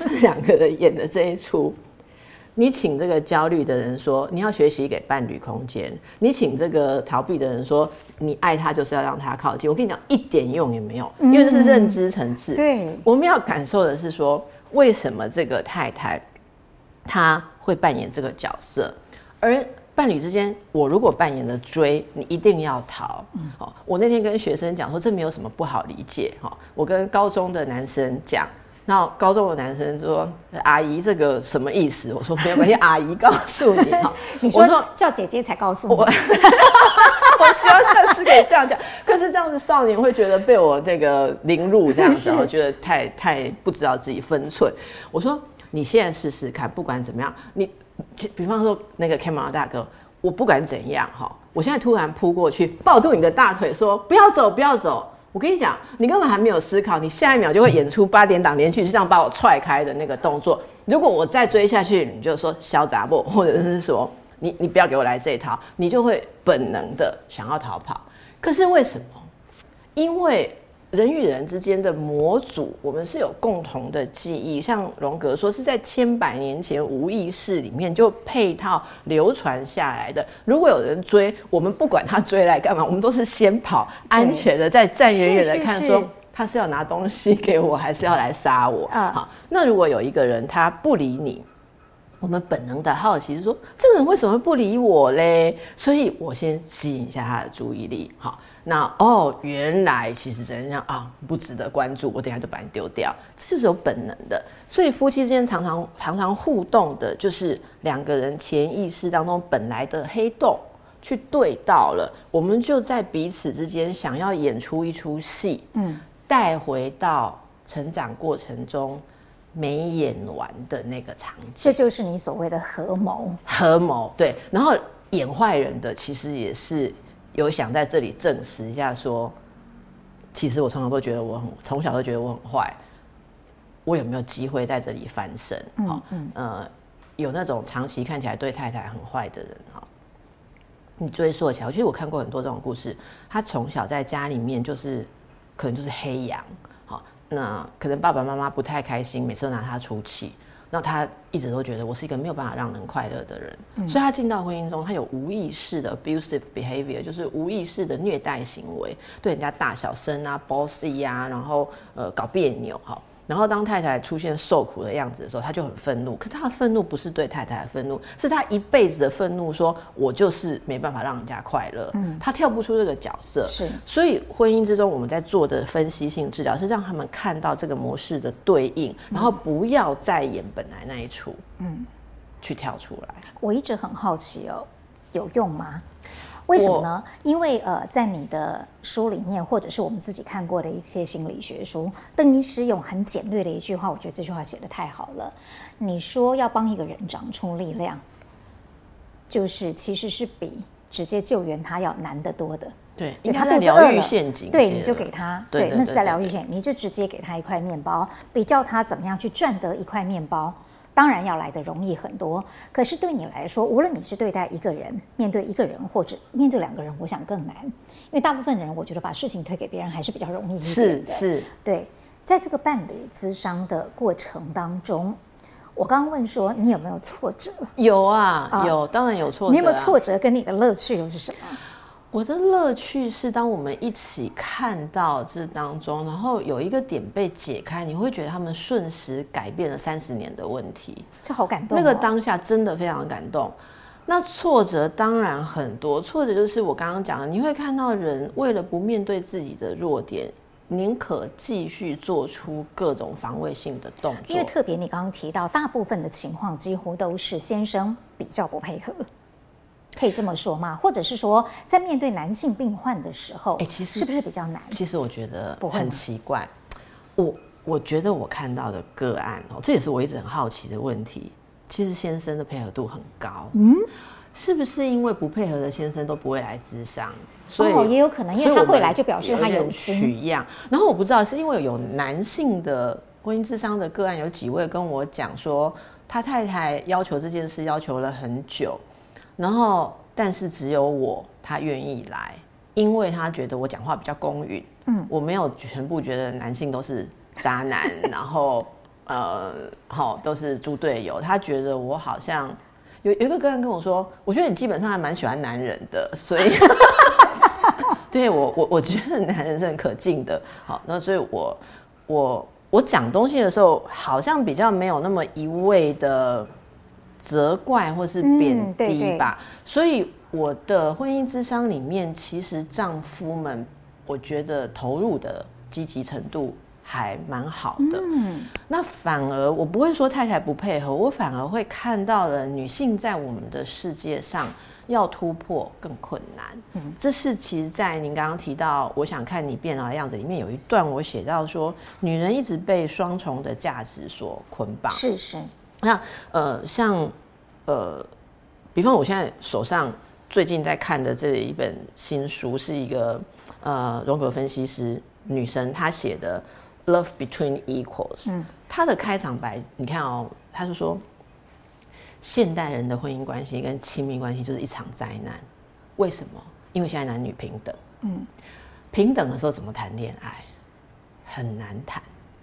2个人演的这一出。你请这个焦虑的人说你要学习给伴侣空间，你请这个逃避的人说你爱他就是要让他靠近，我跟你讲一点用也没有，因为这是认知层次。 对， 我们要感受的是说为什么这个太太她会扮演这个角色，而伴侣之间我如果扮演的追，你一定要逃。我那天跟学生讲说这没有什么不好理解。我跟高中的男生讲，然后高中的男生说：“阿姨，这个什么意思？”我说：“没有关系，阿姨告诉你。” 你说叫姐姐才告诉我。 我希望下次可以这样讲，可是这样子少年会觉得被我这个凌辱，这样子，我觉得太不知道自己分寸。我说：“你现在试试看，不管怎么样，你比方说那个 Cameron 大哥，我不管怎样我现在突然扑过去抱住你的大腿说不要走，不要走。”我跟你讲，你根本还没有思考，你下一秒就会演出8点档连续，就这样把我踹开的那个动作。如果我再追下去，你就说小杂货，或者是说你不要给我来这一套，你就会本能的想要逃跑。可是为什么？因为人与人之间的模组，我们是有共同的记忆，像荣格说是在千百年前无意识里面就配套流传下来的。如果有人追，我们不管他追来干嘛，我们都是先跑，安全的再站远远的看说他是要拿东西给我，还是要来杀我。好，那如果有一个人他不理你，我们本能的好奇是说，这个人为什么会不理我嘞？所以我先吸引一下他的注意力。好，那原来其实人家不值得关注，我等一下就把你丢掉，这就是有本能的。所以夫妻之间常常互动的，就是两个人潜意识当中本来的黑洞去对到了，我们就在彼此之间想要演出一出戏，带回到成长过程中没演完的那个场景， 这就是你所谓的合谋。 合谋，对。然后演坏人的其实也是有想在这里证实一下说，其实我从小都觉得我很坏，我有没有机会在这里翻身？有那种长期看起来对太太很坏的人，你追溯起来，其实我看过很多这种故事，他从小在家里面可能就是黑羊。那可能爸爸妈妈不太开心，每次都拿他出气，那他一直都觉得我是一个没有办法让人快乐的人，所以他进到婚姻中，他有无意识的 abusive behavior， 就是无意识的虐待行为，对人家大小声啊 bossy 啊，然后搞别扭。然后当太太出现受苦的样子的时候，他就很愤怒。可他的愤怒不是对太太的愤怒，是他一辈子的愤怒，说我就是没办法让人家快乐。他跳不出这个角色。是，所以婚姻之中我们在做的分析性治疗是让他们看到这个模式的对应，然后不要再演本来那一出，去跳出来。 我一直很好奇有用吗？为什么呢？因为在你的书里面，或者是我们自己看过的一些心理学书，邓医师用很简略的一句话，我觉得这句话写得太好了。你说要帮一个人长出力量，就是其实是比直接救援他要难得多的。 对， 因为他在疗愈陷阱， 对，你就给他，对，那是在疗愈陷阱，你就直接给他一块面包，比较他怎么样去赚得一块面包。当然要来的容易很多，可是对你来说，无论你是对待一个人、面对一个人，或者面对两个人，我想更难，因为大部分人我觉得把事情推给别人还是比较容易一点的。是，对，在这个伴侣咨商的过程当中，我刚刚问说你有没有挫折？ 有啊，有，当然有挫折。 你有没有挫折？跟你的乐趣又是什么？ 我的乐趣是当我们一起看到这当中，然后有一个点被解开，你会觉得他们瞬时改变了30年的问题， 这好感动。 那个当下真的非常感动。那挫折当然很多，挫折就是我刚刚讲的，你会看到人为了不面对自己的弱点，宁可继续做出各种防卫性的动作。 因为特别你刚刚提到，大部分的情况几乎都是先生比较不配合。可以这么说吗？或者是说，在面对男性病患的时候，其实是不是比较难？ 其实我觉得很奇怪，我觉得我看到的个案这也是我一直很好奇的问题。其实先生的配合度很高，是不是因为不配合的先生都不会来咨商？所以也有可能，因为他会来就表示他有心取样。然后我不知道是因为有男性的婚姻咨商的个案，有几位跟我讲说，他太太要求这件事要求了很久。然后，但是只有他愿意来，因为他觉得我讲话比较公允，我没有全部觉得男性都是渣男，然后都是猪队友。他觉得我好像有一个个案跟我说，我觉得你基本上还蛮喜欢男人的，所以对我觉得男人是很可敬的。好，那所以我讲东西的时候，好像比较没有那么一味的责怪或是贬低吧，所以我的婚姻咨商里面，其实丈夫们我觉得投入的积极程度还蛮好的。那反而我不会说太太不配合，我反而会看到了女性在我们的世界上要突破更困难。这是其实在您刚刚提到我想看你变老的样子里面有一段我写到说，女人一直被双重的价值所捆绑。 是那像比方我现在手上最近在看的这一本新书，是一个荣格分析师女生她写的《Love Between Equals》。她的开场白你看她就说， 现代人的婚姻关系跟亲密关系就是一场灾难。为什么？因为现在男女平等，平等的时候怎么谈恋爱？很难谈。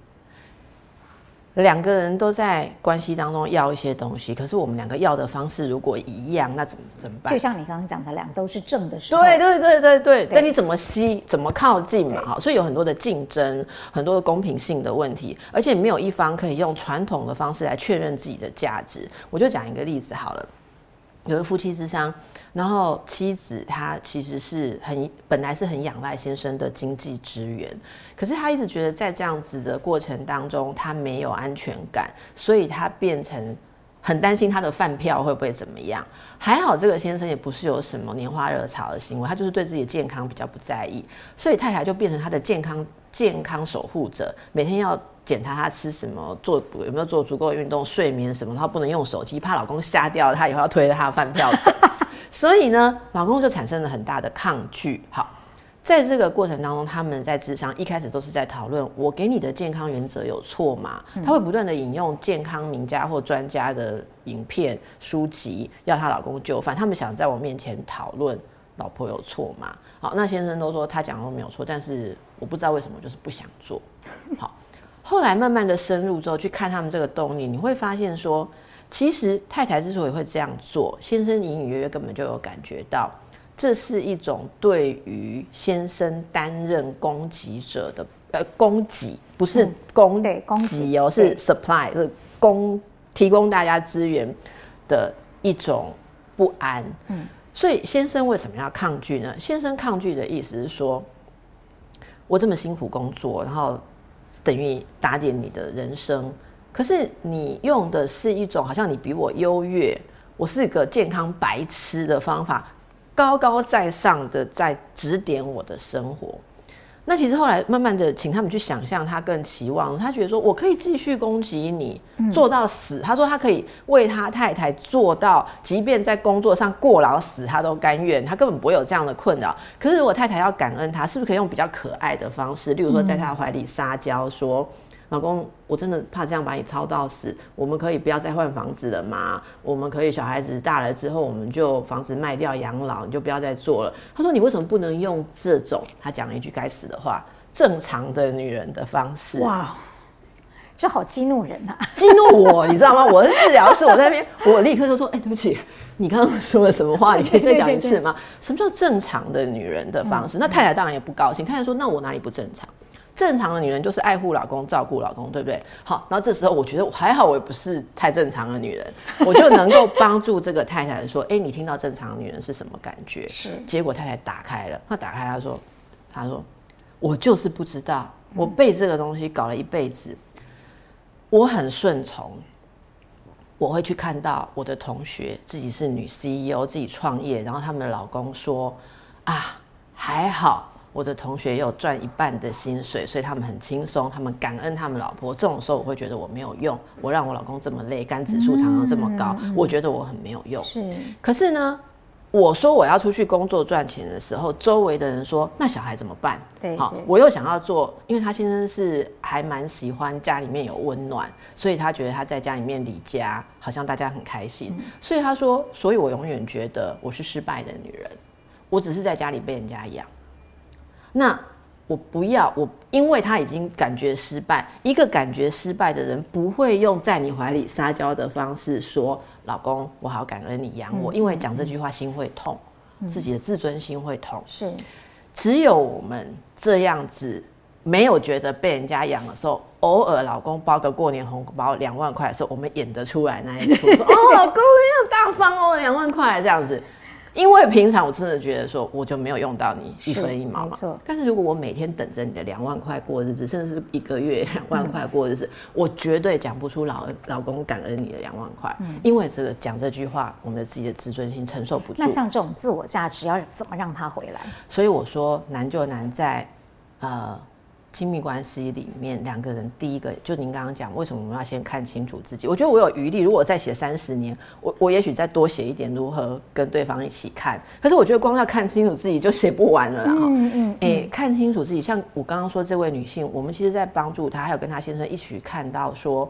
两个人都在关系当中要一些东西，可是我们两个要的方式如果一样，那怎么办？ 就像你刚刚讲的，两个都是正的时候， 对，但你怎么吸，怎么靠近嘛？好，所以有很多的竞争，很多的公平性的问题，而且没有一方可以用传统的方式来确认自己的价值。我就讲一个例子好了，有个夫妻之商，然后妻子她其实是本来是很仰赖先生的经济支援，可是她一直觉得在这样子的过程当中，她没有安全感，所以她变成很担心她的饭票会不会怎么样。还好这个先生也不是有什么拈花惹草的行为，他就是对自己的健康比较不在意，所以太太就变成他的健康守护者，每天要检查他吃什么，有没有做足够的运动，睡眠什么，他不能用手机，怕老公吓掉他以后要推着他的饭票走。所以呢，老公就产生了很大的抗拒。好，在这个过程当中，他们在諮商一开始都是在讨论我给你的健康原则有错吗？他会不断的引用健康名家或专家的影片书籍，要她老公就范。他们想在我面前讨论老婆有错吗？好，那先生都说他讲的都没有错，但是我不知道为什么就是不想做。好，后来慢慢的深入之后去看他们这个动力，你会发现说，其实太太之所以会这样做，先生隐隐约约根本就有感觉到，这是一种对于先生担任供给者的供给，不是供给哦，是 supply， 是提供大家资源的一种不安。所以先生为什么要抗拒呢？先生抗拒的意思是说，我这么辛苦工作，然后等于打点你的人生，可是你用的是一种好像你比我优越，我是个健康白痴的方法，高高在上的在指点我的生活。那其实后来慢慢的请他们去想象他更期望，他觉得说我可以继续攻击你做到死。他说他可以为他太太做到即便在工作上过劳死他都甘愿，他根本不会有这样的困扰。可是如果太太要感恩他，是不是可以用比较可爱的方式，例如说在他怀里撒娇说，老公，我真的怕这样把你操到死，我们可以不要再换房子了吗？我们可以小孩子大了之后，我们就房子卖掉养老，你就不要再做了。他说你为什么不能用这种，他讲了一句该死的话，正常的女人的方式。 哇，这好激怒人啊！ 激怒我，你知道吗？我是治疗师，我在那边，我立刻就说，对不起，你刚刚说了什么话？你可以再讲一次吗？什么叫正常的女人的方式？那太太当然也不高兴，太太说，那我哪里不正常？正常的女人就是爱护老公、照顾老公，对不对？好，然后这时候我觉得还好，我也不是太正常的女人，我就能够帮助这个太太说：“你听到正常的女人是什么感觉？”是。结果太太打开了，她打开，她说，我就是不知道，我被这个东西搞了一辈子，我很顺从，我会去看到我的同学自己是女 CEO， 自己创业，然后他们的老公说：“啊，还好。”我的同学也有赚一半的薪水，所以他们很轻松，他们感恩他们老婆。这种时候我会觉得我没有用，我让我老公这么累，肝指数常常这么高，我觉得我很没有用。是。可是呢，我说我要出去工作赚钱的时候，周围的人说那小孩怎么办？对，好，我又想要做，因为他先生是还蛮喜欢家里面有温暖，所以他觉得他在家里面理家，好像大家很开心。所以他说，所以我永远觉得我是失败的女人，我只是在家里被人家养。那我不要，因为他已经感觉失败。一个感觉失败的人不会用在你怀里撒娇的方式说：“老公，我好感恩你养我。”因为讲这句话心会痛，自己的自尊心会痛。是，只有我们这样子没有觉得被人家养的时候，偶尔老公包个过年红包2万块的时候，我们演得出来那一出，说：“哦，老公要大方哦，2万块这样子。”因为平常我真的觉得说我就没有用到你一分一毛嘛，但是如果我每天等着你的2万块过日子，甚至是1个月2万块过日子，我绝对讲不出老公感恩你的2万块，因为这个讲这句话，我们的自己的自尊心承受不住。 那像这种自我价值要怎么让它回来？ 所以我说难就难在亲密关系里面，两个人第一个就您刚刚讲，为什么我们要先看清楚自己？我觉得我有余力，如果我再写30年，我也许再多写一点如何跟对方一起看。可是我觉得光要看清楚自己就写不完了啦。看清楚自己，像我刚刚说这位女性，我们其实在帮助她，还有跟她先生一起看到说，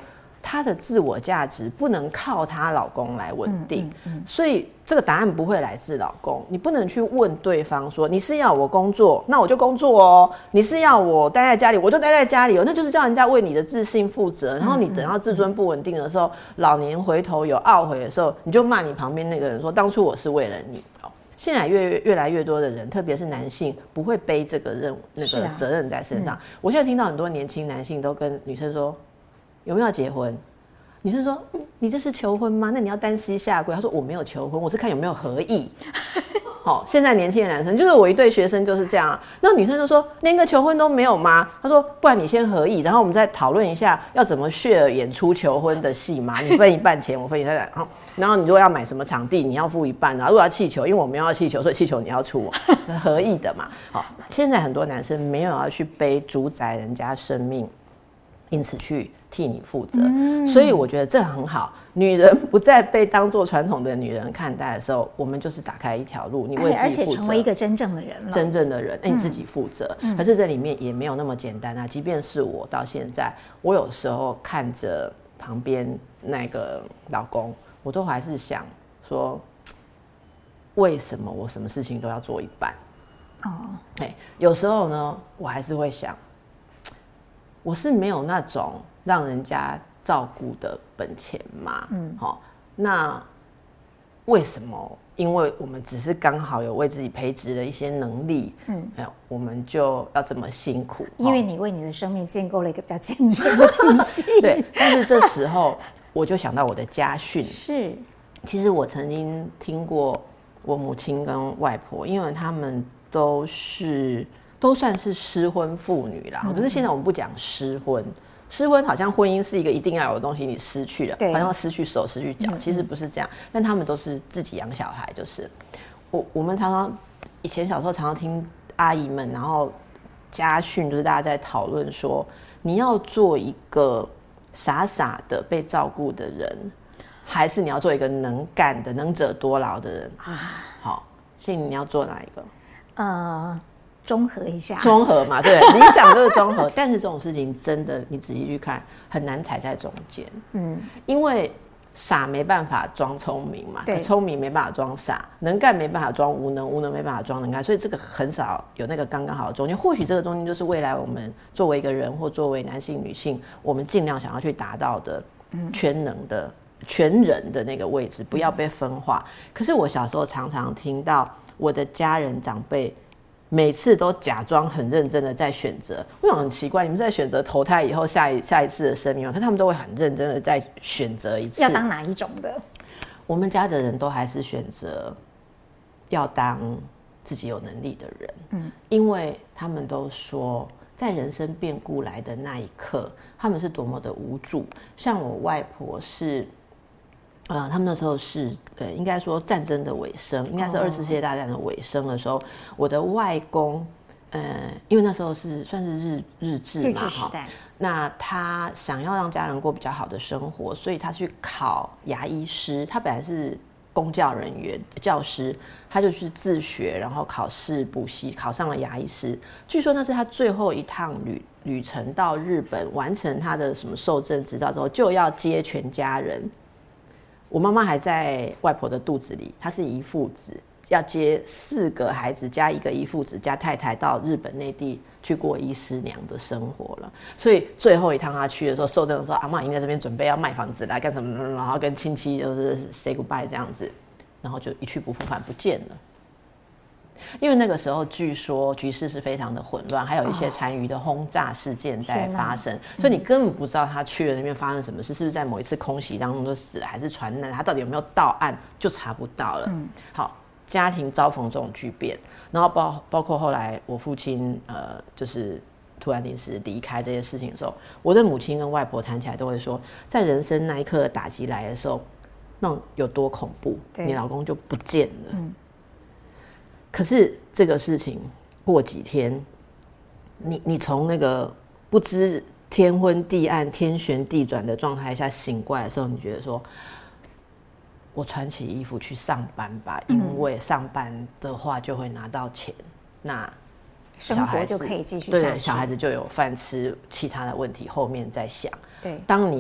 她的自我价值不能靠她老公来稳定，所以这个答案不会来自老公。你不能去问对方说，你是要我工作，那我就工作哦；你是要我待在家里，我就待在家里哦。那就是叫人家为你的自信负责。然后你等到自尊不稳定的时候，老年回头有懊悔的时候，你就骂你旁边那个人说，当初我是为了你。现在越来越多的人，特别是男性，不会背这个责任在身上。我现在听到很多年轻男性都跟女生说，有没有要结婚？女生说，你这是求婚吗？那你要单膝下跪。他说我没有求婚，我是看有没有合意。现在年轻的男生，就是我一对学生就是这样。那女生就说连个求婚都没有吗？他说不然你先合意，然后我们再讨论一下要怎么share演出求婚的戏嘛。你分一半钱，我分一半钱。然后你如果要买什么场地，你要付一半啊。如果要气球，因为我们要气球，所以气球你要出，是合意的嘛。现在很多男生没有要去背主宰人家生命，因此去替你负责，所以我觉得这很好。女人不再被当作传统的女人看待的时候，我们就是打开一条路，你为自己负责， 而且成为一个真正的人了， 真正的人，你自己负责。可是这里面也没有那么简单啊。即便是我到现在，我有时候看着旁边那个老公，我都还是想说，为什么我什么事情都要做一半？有时候呢，我还是会想，我是没有那种让人家照顾的本钱嘛。那为什么？因为我们只是刚好有为自己培植了一些能力，我们就要这么辛苦？ 因为你为你的生命建构了一个比较健全的体系。 对，但是这时候我就想到我的家训。 是， 其实我曾经听过我母亲跟外婆，因为他们都算是失婚妇女啦。可是现在我们不讲失婚。失婚好像婚姻是一个一定要有的东西，你失去了，好像失去手失去脚，其实不是这样。但他们都是自己养小孩，就是我们常常以前小时候常常听阿姨们，然后家训就是大家在讨论说，你要做一个傻傻的被照顾的人，还是你要做一个能干的能者多劳的人？好，信你要做哪一个？ 综合一下， 综合嘛，对，理想就是综合，但是这种事情真的，你仔细去看，很难踩在中间。因为傻没办法装聪明嘛，聪明没办法装傻，能干没办法装无能，无能没办法装能干，所以这个很少有那个刚刚好的中间。或许这个中间就是未来我们作为一个人或作为男性、女性，我们尽量想要去达到的全能的、全人的那个位置，不要被分化。可是我小时候常常听到我的家人长辈。每次都假装很认真的在选择，我想很奇怪，你们在选择投胎以后下一次的生命吗？可他们都会很认真的在选择一次， 要当哪一种的？ 我们家的人都还是选择要当自己有能力的人，因为他们都说，在人生变故来的那一刻，他们是多么的无助。像我外婆是。他们那时候是应该说战争的尾声，应该是24世界大战的尾声的时候，我的外公，因为那时候算是日治嘛， 时代， 那他想要让家人过比较好的生活，所以他去考牙医师。他本来是公教人员、教师，他就去自学，然后考试补习，考上了牙医师。据说那是他最后一趟旅程到日本，完成他的什么受证执照之后，就要接全家人。我妈妈还在外婆的肚子里，她是遗腹子，要接4个孩子加1个遗腹子加太太到日本内地去过医师娘的生活了。所以最后一趟她去的时候，受证的时候，阿嬷已经在这边准备要卖房子来干什么，然后跟亲戚就是 say goodbye 这样子，然后就一去不复返，不见了。因为那个时候据说局势是非常的混乱，还有一些残余的轰炸事件在发生，所以你根本不知道他去了那边发生什么事，是不是在某一次空袭当中就死了，还是传染，他到底有没有到案就查不到了。好，家庭遭逢这种巨变，然后包括后来我父亲就是突然临时离开这些事情的时候，我的母亲跟外婆谈起来都会说，在人生那一刻的打击来的时候，那种有多恐怖，你老公就不见了。可是这个事情过几天，你从那个不知天昏地暗、天旋地转的状态下醒过来的时候，你觉得说，我穿起衣服去上班吧，因为上班的话就会拿到钱，那生活就可以继续下去。 对，小孩子就有饭吃，其他的问题后面再想。 对， 当你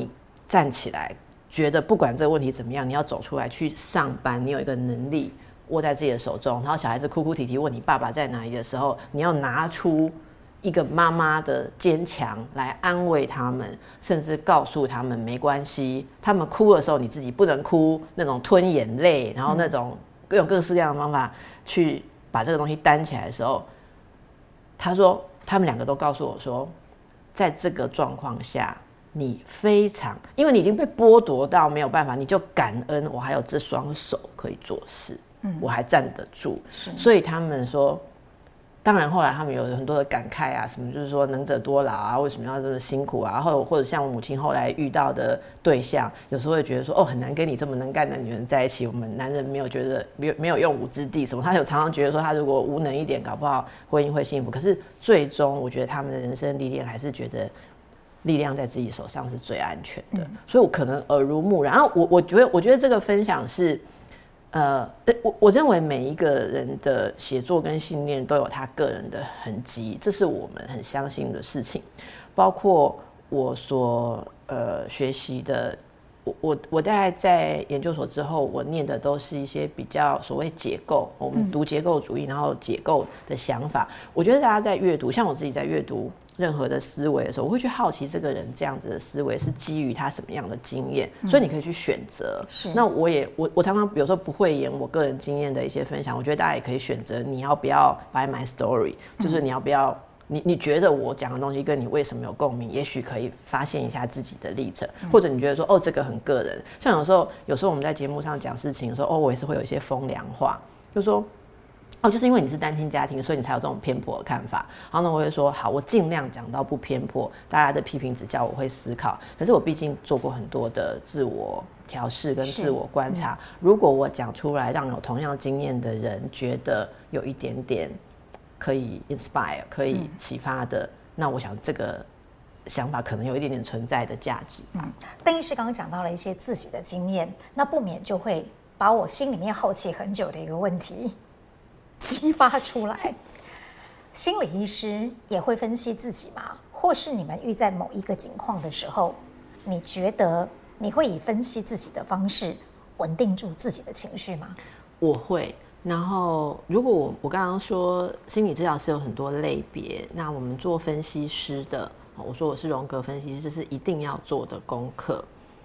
站起来，觉得不管这个问题怎么样，你要走出来去上班，你有一个能力握在自己的手中，然后小孩子哭哭啼啼问你爸爸在哪里的时候，你要拿出一个妈妈的坚强来安慰他们，甚至告诉他们没关系，他们哭的时候你自己不能哭，那种吞眼泪，然后那种用各式各样的方法去把这个东西担起来的时候，他说他们两个都告诉我说，在这个状况下你非常，因为你已经被剥夺到没有办法，你就感恩我还有这双手可以做事，我还站得住，所以他们说，当然后来他们有很多的感慨啊，什么就是说能者多劳啊，为什么要这么辛苦啊，或者像我母亲后来遇到的对象，有时候会觉得说，哦，很难跟你这么能干的女人在一起，我们男人没有觉得没有用武之地什么，他有常常觉得说，他如果无能一点，搞不好婚姻会幸福，可是最终我觉得他们的人生历练还是觉得力量在自己手上是最安全的，所以我可能耳濡目染。然后我觉得这个分享是，我认为每一个人的写作跟信念都有他个人的痕迹，这是我们很相信的事情。包括我所学习的，我大概在研究所之后，我念的都是一些比较所谓解构，我们读结构主义，然后解构的想法。我觉得大家在阅读，像我自己在阅读任何的思维的时候，我会去好奇这个人这样子的思维是基于他什么样的经验，所以你可以去选择。那我常常有时候不会演我个人经验的一些分享，我觉得大家也可以选择你要不要 buy my story， 就是你要不要你觉得我讲的东西跟你为什么有共鸣，也许可以发现一下自己的历程，或者你觉得说，哦，这个很个人。像有时候我们在节目上讲事情的时候，哦，我也是会有一些风凉话，就说，哦，就是因为你是单亲家庭，所以你才有这种偏颇的看法。然后呢，我会说，好，我尽量讲到不偏颇，大家的批评指教我会思考。可是我毕竟做过很多的自我调试跟自我观察，如果我讲出来，让有同样经验的人觉得有一点点可以 inspire 可以启发的，那我想这个想法可能有一点点存在的价值。 邓医师刚刚讲到了一些自己的经验，那不免就会把我心里面好奇很久的一个问题激发出来。心理医师也会分析自己吗？或是你们遇在某一个境况的时候，你觉得你会以分析自己的方式稳定住自己的情绪吗？ 我会。然后如果我刚刚说心理治疗师有很多类别，那我们做分析师的，我说我是荣格分析师，这是一定要做的功课。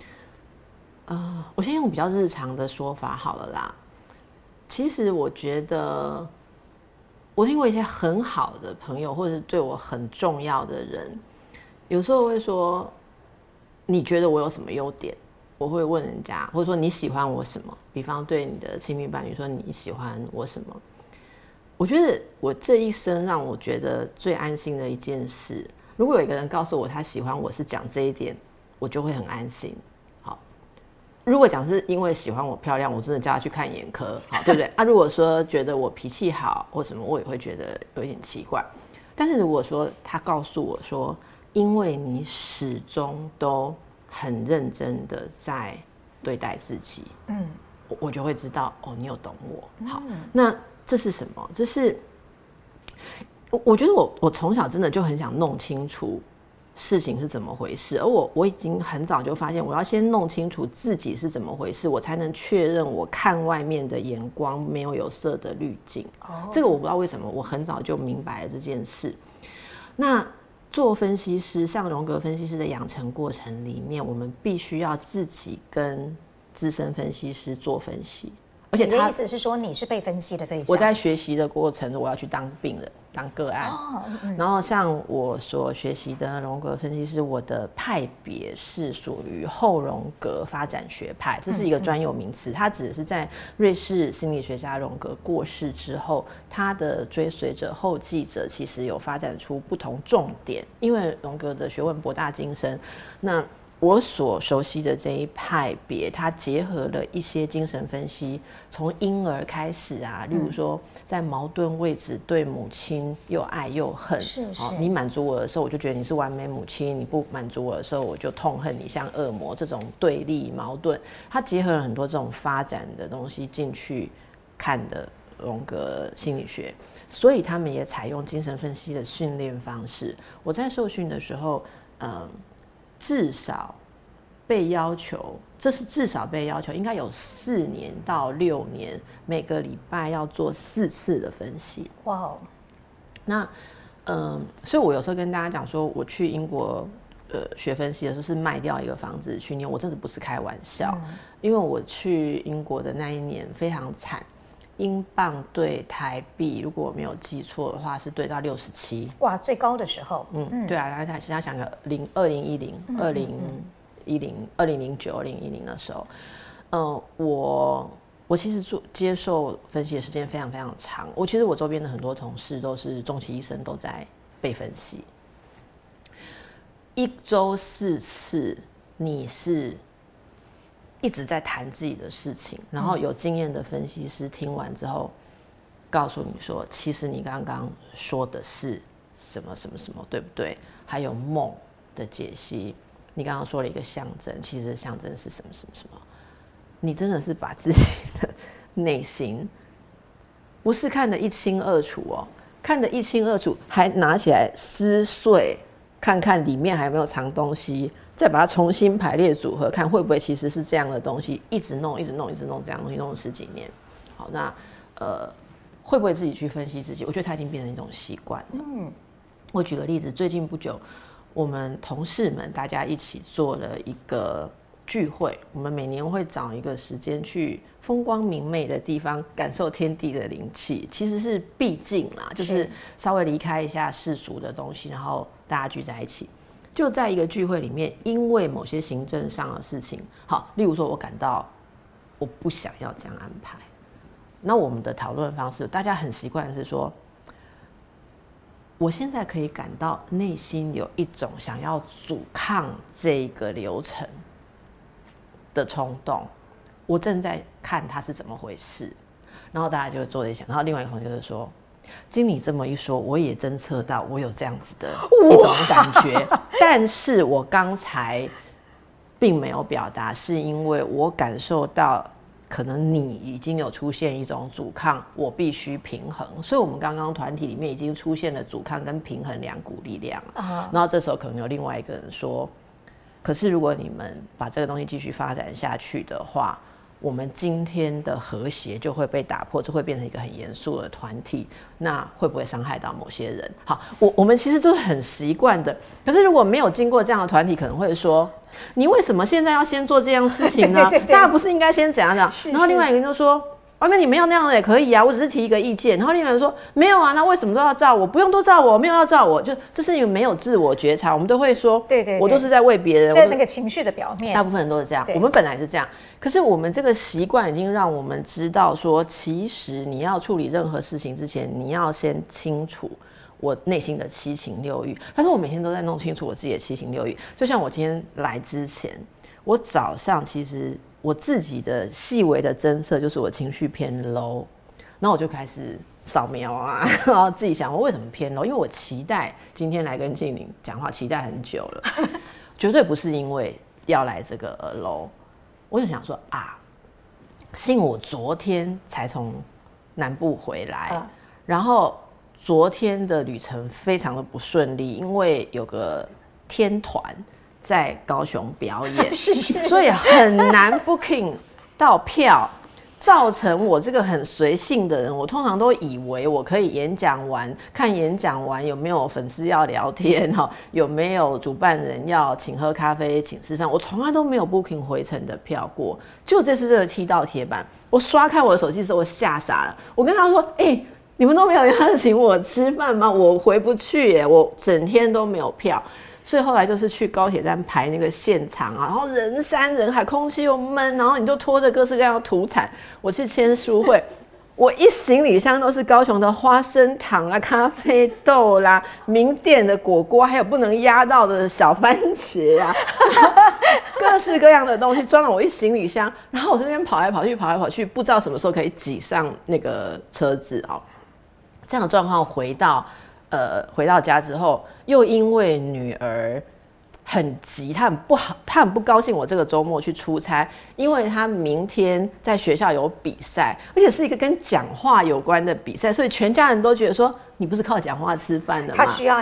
我先用比较日常的说法好了啦。其实我觉得我听过一些很好的朋友，或者是对我很重要的人，有时候会说，你觉得我有什么优点？我会问人家，或者说你喜欢我什么？比方对你的亲密伴侣说你喜欢我什么？我觉得我这一生让我觉得最安心的一件事，如果有一个人告诉我他喜欢我是讲这一点，我就会很安心。好，如果讲是因为喜欢我漂亮，我真的叫他去看眼科，好，对不对？如果说觉得我脾气好或什么，我也会觉得有点奇怪。但是如果说他告诉我说，因为你始终都很认真的在对待自己，我就会知道，哦，你有懂我。好，那这是什么？就是我觉得我从小真的就很想弄清楚事情是怎么回事，而我已经很早就发现，我要先弄清楚自己是怎么回事，我才能确认我看外面的眼光没有色的滤镜。这个我不知道为什么，我很早就明白了这件事。那做分析师，像荣格分析师的养成过程里面，我们必须要自己跟资深分析师做分析，而且你的意思是说你是被分析的对象？ 我在学习的过程中，我要去当病人、当个案。然后像我所学习的荣格分析师，我的派别是属于后荣格发展学派，这是一个专有名词，它只是在瑞士心理学家荣格过世之后，他的追随者、后继者其实有发展出不同重点，因为荣格的学问博大精深。那我所熟悉的这一派别，它结合了一些精神分析，从婴儿开始啊，例如说在矛盾位置对母亲又爱又恨，你满足我的时候，我就觉得你是完美母亲；你不满足我的时候，我就痛恨你，像恶魔。这种对立矛盾，它结合了很多这种发展的东西进去看的荣格心理学，所以他们也采用精神分析的训练方式。我在受训的时候，至少被要求，这是至少被要求，应该有4年到6年，每个礼拜要做4次的分析。 哇哦！ 那所以我有时候跟大家讲说，我去英国学分析的时候是卖掉一个房子去念，我真的不是开玩笑，因为我去英国的那一年非常惨。英镑对台币，如果我没有记错的话，是对到67。 哇，最高的时候。 对啊，大家想个2010、2009、2010的时候，我其实接受分析的时间非常非常长。其实我周边的很多同事都是中期医生，都在被分析。1周4次，你是一直在谈自己的事情，然后有经验的分析师听完之后，告诉你说，其实你刚刚说的是什么什么什么，对不对？还有梦的解析，你刚刚说了一个象征，其实象征是什么什么什么？你真的是把自己的内心不是看得一清二楚哦，看得一清二楚，还拿起来撕碎，看看里面还有没有藏东西。再把它重新排列组合，看会不会其实是这样的东西，一直弄这样东西，弄了10几年。好，那会不会自己去分析自己？我觉得它已经变成一种习惯了。我举个例子，最近不久，我们同事们大家一起做了一个聚会，我们每年会找一个时间去风光明媚的地方，感受天地的灵气，其实是避境啦，就是稍微离开一下世俗的东西，然后大家聚在一起。就在一个聚会里面，因为某些行政上的事情，好，例如说我感到我不想要这样安排，那我们的讨论方式，大家很习惯是说，我现在可以感到内心有一种想要阻抗这个流程的冲动，我正在看它是怎么回事，然后大家就坐在想，然后另外一个同学就说，经你这么一说，我也侦测到我有这样子的一种感觉，但是我刚才并没有表达，是因为我感受到可能你已经有出现一种阻抗，我必须平衡，所以我们刚刚团体里面已经出现了阻抗跟平衡2股力量，然后这时候可能有另外一个人说，可是如果你们把这个东西继续发展下去的话，我们今天的和谐就会被打破，就会变成一个很严肃的团体，那会不会伤害到某些人？好，我们其实就是很习惯的，可是如果没有经过这样的团体，可能会说，你为什么现在要先做这样事情呢？大家不是应该先怎样怎样？然后另外一个人就说，那你们要那样的也可以啊，我只是提一个意见。然后另外一个人说，没有啊，那为什么都要照我？不用都照我，没有要照我，就这是因为没有自我觉察，我们都会说，对，我都是在为别人， 在那个情绪的表面， 大部分人都是这样，我们本来是这样，可是我们这个习惯已经让我们知道说，其实你要处理任何事情之前，你要先清楚我内心的7情6欲。反正我每天都在弄清楚我自己的7情6欲。就像我今天来之前，我早上其实我自己的细微的侦测就是我情绪偏 low， 然后我就开始扫描啊，然后自己想我为什么偏 low， 因为我期待今天来跟静玲讲话，期待很久了，绝对不是因为要来这个而 low。我就想说啊，是因为我昨天才从南部回来，然后昨天的旅程非常的不顺利，因为有个天团在高雄表演，所以很难 booking 到票，造成我这个很随性的人，我通常都以为我可以演讲完，看演讲完有没有粉丝要聊天，有没有主办人要请喝咖啡请吃饭，我从来都没有 booking 回程的票过。就这次这个踢到铁板，我刷开我的手机的时候我吓傻了，我跟他说你们都没有邀请我吃饭吗？我回不去耶，我整天都没有票。所以后来就是去高铁站排那个现场啊，然后人山人海，空气又闷，然后你就拖着各式各样的土产。我去签书会，我一行李箱都是高雄的花生糖啦、咖啡豆啦、名店的果锅，还有不能压到的小番茄啊，各式各样的东西装了我一行李箱。然后我这边跑来跑去，不知道什么时候可以挤上那个车子哦。这样的状况回到家之后，又因为女儿很急，她很不高兴我这个周末去出差，因为她明天在学校有比赛，而且是一个跟讲话有关的比赛，所以全家人都觉得说你不是靠讲话吃饭的吗？ 她需要你。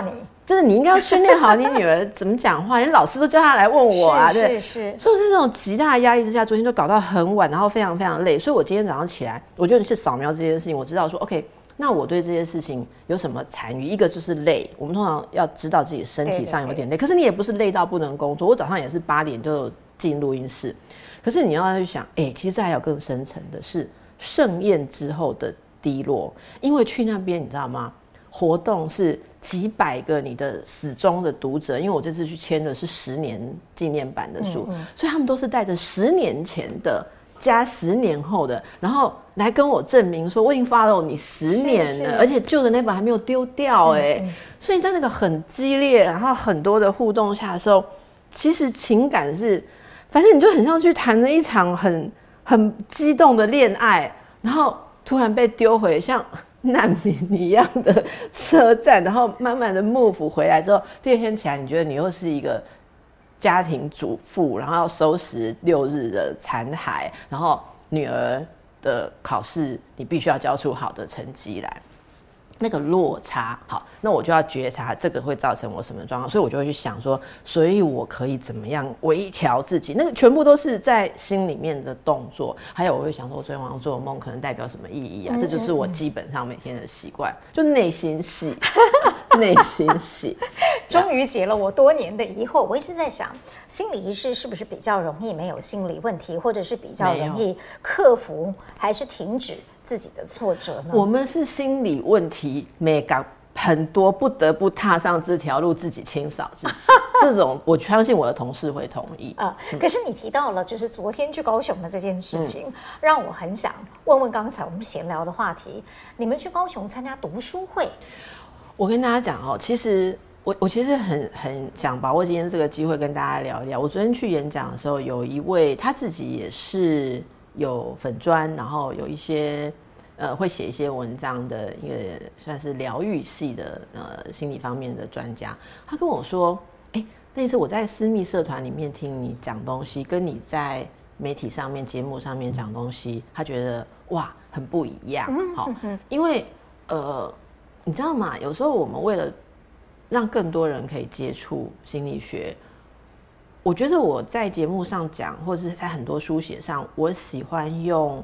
就是你应该要训练好你女儿怎么讲话，连老师都叫她来问我啊，对， 是。 所以我在那种极大的压力之下，昨天就搞到很晚，然后非常非常累。所以我今天早上起来，我就是扫描这件事情，我知道说 ，OK， 那我对这件事情有什么残余？一个就是累，我们通常要知道自己身体上有点累，可是你也不是累到不能工作。我早上也是8点就进录音室，可是你要去想，其实这还有更深层的是盛宴之后的低落，因为去那边你知道吗？活动是几百个你的死忠的读者，因为我这次去签的是10年纪念版的书，所以他们都是带着10年前的加10年后的，然后来跟我证明说我已经 follow 你10年了，而且旧的那本还没有丢掉所以在那个很激烈，然后很多的互动下的时候，其实情感是，反正你就很像去谈了一场很激动的恋爱，然后突然被丢回像难民一样的车站，然后慢慢的 move 回来之后，第二天起来你觉得你又是一个家庭主妇，然后要收拾6日的残骸，然后女儿的考试你必须要交出好的成绩来，那个落差，好，那我就要觉察这个会造成我什么状况，所以我就会去想说，所以我可以怎么样微调自己，那个全部都是在心里面的动作。还有我会想说，我昨天晚上做的梦可能代表什么意义啊？这就是我基本上每天的习惯，就内心戏，内心戏。 终于解了我多年的疑惑。我一直在想，心理医师是不是比较容易没有心理问题，或者是比较容易克服还是停止自己的挫折呢？ 我们是心理问题没搞很多，不得不踏上这条路，自己清扫自己。这种我相信我的同事会同意。 可是你提到了就是昨天去高雄的这件事情，让我很想问问刚才我们闲聊的话题，你们去高雄参加读书会。 我跟大家讲其实我其实很想把握今天这个机会跟大家聊一聊。我昨天去演讲的时候，有一位他自己也是有粉专，然后有一些会写一些文章的一个算是疗愈系的心理方面的专家，他跟我说，那次我在私密社团里面听你讲东西，跟你在媒体上面节目上面讲东西，他觉得哇很不一样。好，因为你知道吗？有时候我们为了让更多人可以接触心理学，我觉得我在节目上讲，或者是在很多书写上，我喜欢用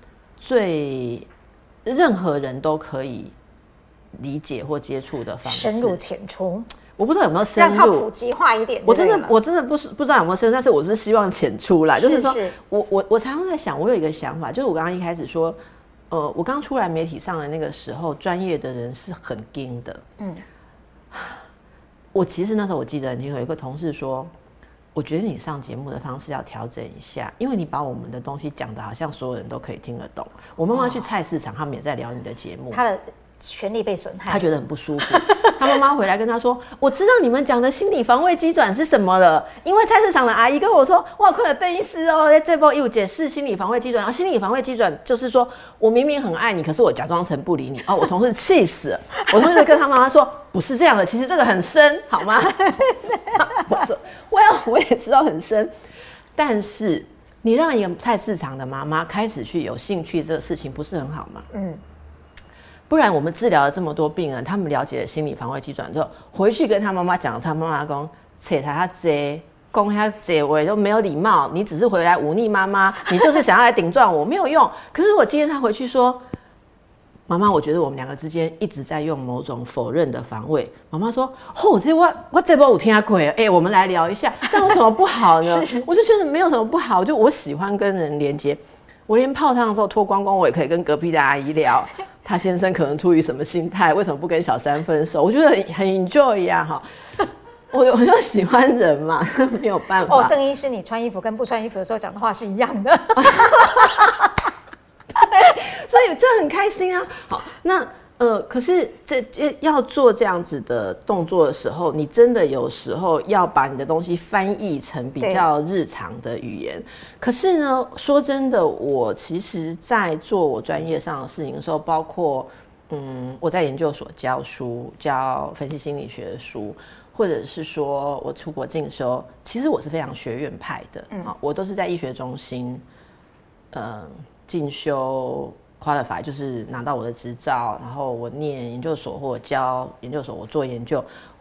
任何人都可以理解或接触的方式， 深入浅出。 我不知道有没有深入， 让它普及化一点。我真的不知道有没有深入，但是我是希望浅出来。就是说我常常在想，我有一个想法，就是我刚刚一开始说，我刚出来媒体上的那个时候，专业的人是很硬的。我其实那时候我记得很清楚，有一个同事说，我觉得你上节目的方式要调整一下，因为你把我们的东西讲的好像所有人都可以听得懂。我妈妈去菜市场，他们也在聊你的节目， 她的权利被损害， 他觉得很不舒服。他妈妈回来跟他说：“我知道你们讲的心理防卫机转是什么了，因为菜市场的阿姨跟我说，哇，快点邓医师哦，这波有解释心理防卫机转。心理防卫机转就是说我明明很爱你，可是我假装成不理你。我同事气死了，我同事跟他妈妈说，不是这样的，其实这个很深，好吗？我说我也知道很深，但是你让一个菜市场的妈妈开始去有兴趣这个事情，不是很好吗？不然我们治疗了这么多病人，他们了解了心理防卫机转之后，回去跟他妈妈讲，他妈妈说扯他这讲他这话都没有礼貌，你只是回来忤逆妈妈，你就是想要来顶撞我，没有用。可是我今天他回去说，妈妈，我觉得我们两个之间一直在用某种否认的防卫。妈妈说，我这波有听过，我们来聊一下，这样有什么不好呢？我就觉得没有什么不好，就我喜欢跟人连接。我连泡汤的时候脱光光，我也可以跟隔壁的阿姨聊，他先生可能出于什么心态，为什么不跟小三分手？我觉得很 enjoy 呀，我就喜欢人嘛，没有办法。 邓医师，你穿衣服跟不穿衣服的时候讲的话是一样的， 所以这很开心啊。好，那可是要做这样子的动作的时候，你真的有时候要把你的东西翻译成比较日常的语言。可是呢，说真的，我其实在做我专业上的事情的时候，包括我在研究所教书，教分析心理学的书，或者是说我出国进修，其实我是非常学院派的。我都是在医学中心进修qualify， 就是拿到我的执照，然后我念研究所或者教研究所，我做研究。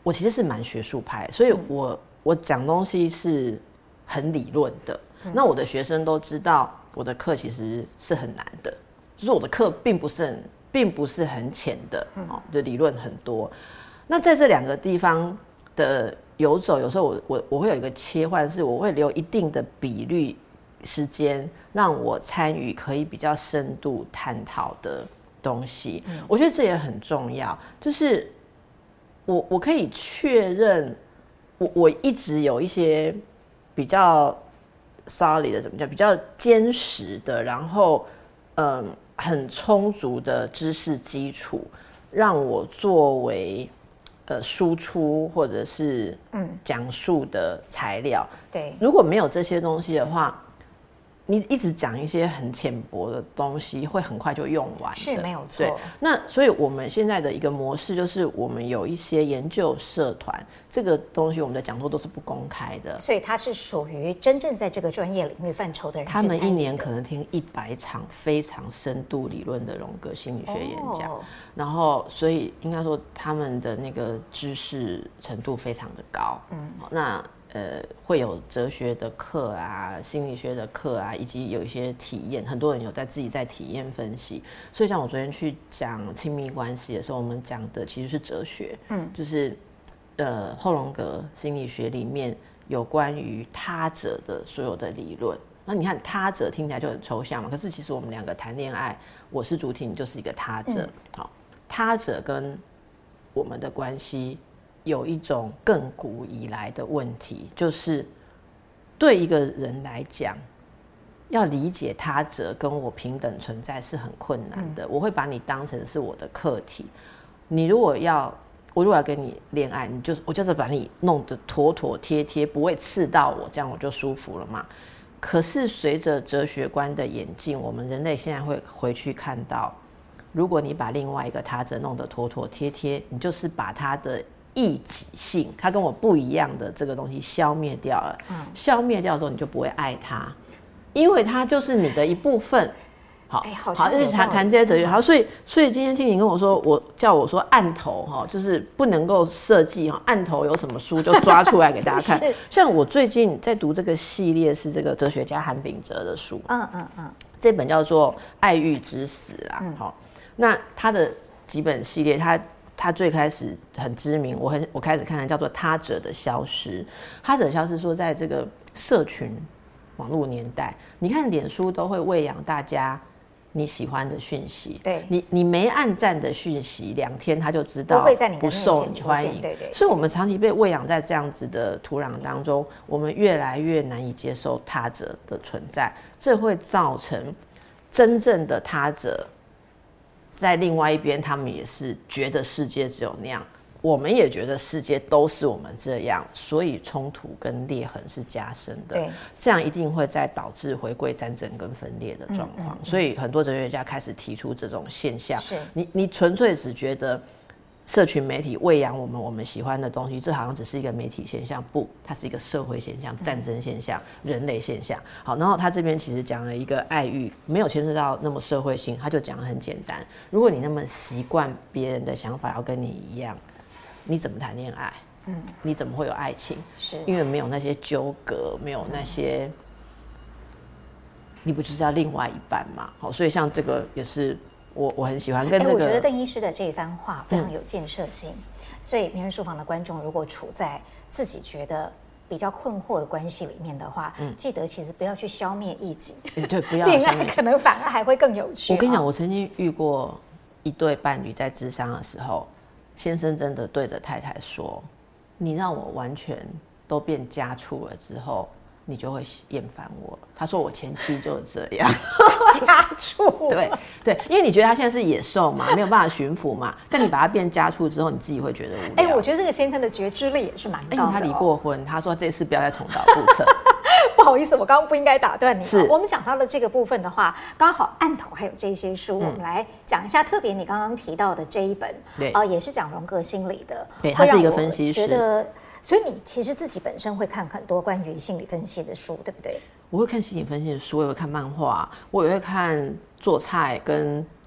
我其实是蛮学术派，所以我讲东西是很理论的。那我的学生都知道，我的课其实是很难的，就是我的课并不是很浅的，的理论很多。那在这两个地方的游走，有时候我会有一个切换，是我会留一定的比率时间，让我参与可以比较深度探讨的东西。我觉得这也很重要，就是我可以确认，我一直有一些比较 solid 的，怎么讲，比较坚实的，然后很充足的知识基础，让我作为输出或者是讲述的材料。 对， 如果没有这些东西的话，你一直讲一些很浅薄的东西，会很快就用完的。 是没有错。 那所以我们现在的一个模式就是，我们有一些研究社团，这个东西我们的讲座都是不公开的， 所以它是属于真正在这个专业领域范畴的人， 他们一年可能听100场非常深度理论的荣格心理学演讲，然后所以应该说他们的那个知识程度非常的高。那会有哲学的课啊，心理学的课啊，以及有一些体验，很多人有自己在体验分析。所以像我昨天去讲亲密关系的时候，我们讲的其实是哲学，就是后荣格心理学里面有关于他者的所有的理论。那你看他者听起来就很抽象嘛，可是其实我们两个谈恋爱，我是主体，你就是一个他者。好，他者跟我们的关系有一种亘古以来的问题，就是对一个人来讲，要理解他者跟我平等存在是很困难的。我会把你当成是我的课题。我如果要跟你恋爱，我就是把你弄得妥妥帖帖，不会刺到我，这样我就舒服了嘛。可是随着哲学观的演进，我们人类现在会回去看到，如果你把另外一个他者弄得妥妥帖帖，你就是把他的异己性，他跟我不一样的这个东西消灭掉了。消灭掉之后，你就不会爱他，因为他就是你的一部分。好，就是谈这些哲学。好，所以今天听你跟我说，叫我说案头就是不能够设计案头有什么书就抓出来给大家看。像我最近在读这个系列是这个哲学家韩炳哲的书，这本叫做《爱欲之死》啊。那他的几本系列，他最开始很知名，我开始看的叫做《他者的消失》。他者消失说，在这个社群网络年代，你看脸书都会喂养大家你喜欢的讯息， 对， 你没按赞的讯息2天他就知道不受你欢迎， 对， 所以我们长期被喂养在这样子的土壤当中，我们越来越难以接受他者的存在，这会造成真正的他者在另外一边，他们也是觉得世界只有那样，我们也觉得世界都是我们这样，所以冲突跟裂痕是加深的。对，这样一定会再导致回归战争跟分裂的状况。所以很多哲学家开始提出这种现象。是，你纯粹只觉得社群媒体喂养我们喜欢的东西，这好像只是一个媒体现象，不，它是一个社会现象、战争现象、人类现象。好，然后他这边其实讲了一个爱欲，没有牵涉到那么社会性，他就讲得很简单。如果你那么习惯别人的想法要跟你一样，你怎么谈恋爱？你怎么会有爱情？是因为没有那些纠葛，没有那些，你不就是要另外一半嘛？好，所以像这个也是我很喜欢跟这个。 我觉得邓医师的这一番话非常有建设性，所以名人书房的观众如果处在自己觉得比较困惑的关系里面的话，记得其实不要去消灭异己， 对，不要恋爱可能反而还会更有趣。 我跟你讲，我曾经遇过一对伴侣在諮商的时候。先生真的对着太太说：“你让我完全都变家畜了之后，你就会厌烦我。”他说：“我前妻就是这样， 家畜。” 对，因为你觉得他现在是野兽嘛，没有办法驯服嘛，但你把他变家畜之后，你自己会觉得无聊。 我觉得这个先生的觉知力也是蛮高的。 他离过婚，他说这次不要再重蹈覆辙。 不好意思，我刚刚不应该打断你。我们讲到了这个部分的话，刚好案头还有这些书，我们来讲一下。特别你刚刚提到的这一本，也是讲荣格心理的， 对，他是一个分析师。 觉得，所以你其实自己本身会看很多关于心理分析的书，对不对？ 我会看心理分析的书，我也会看漫画，我也会看做菜跟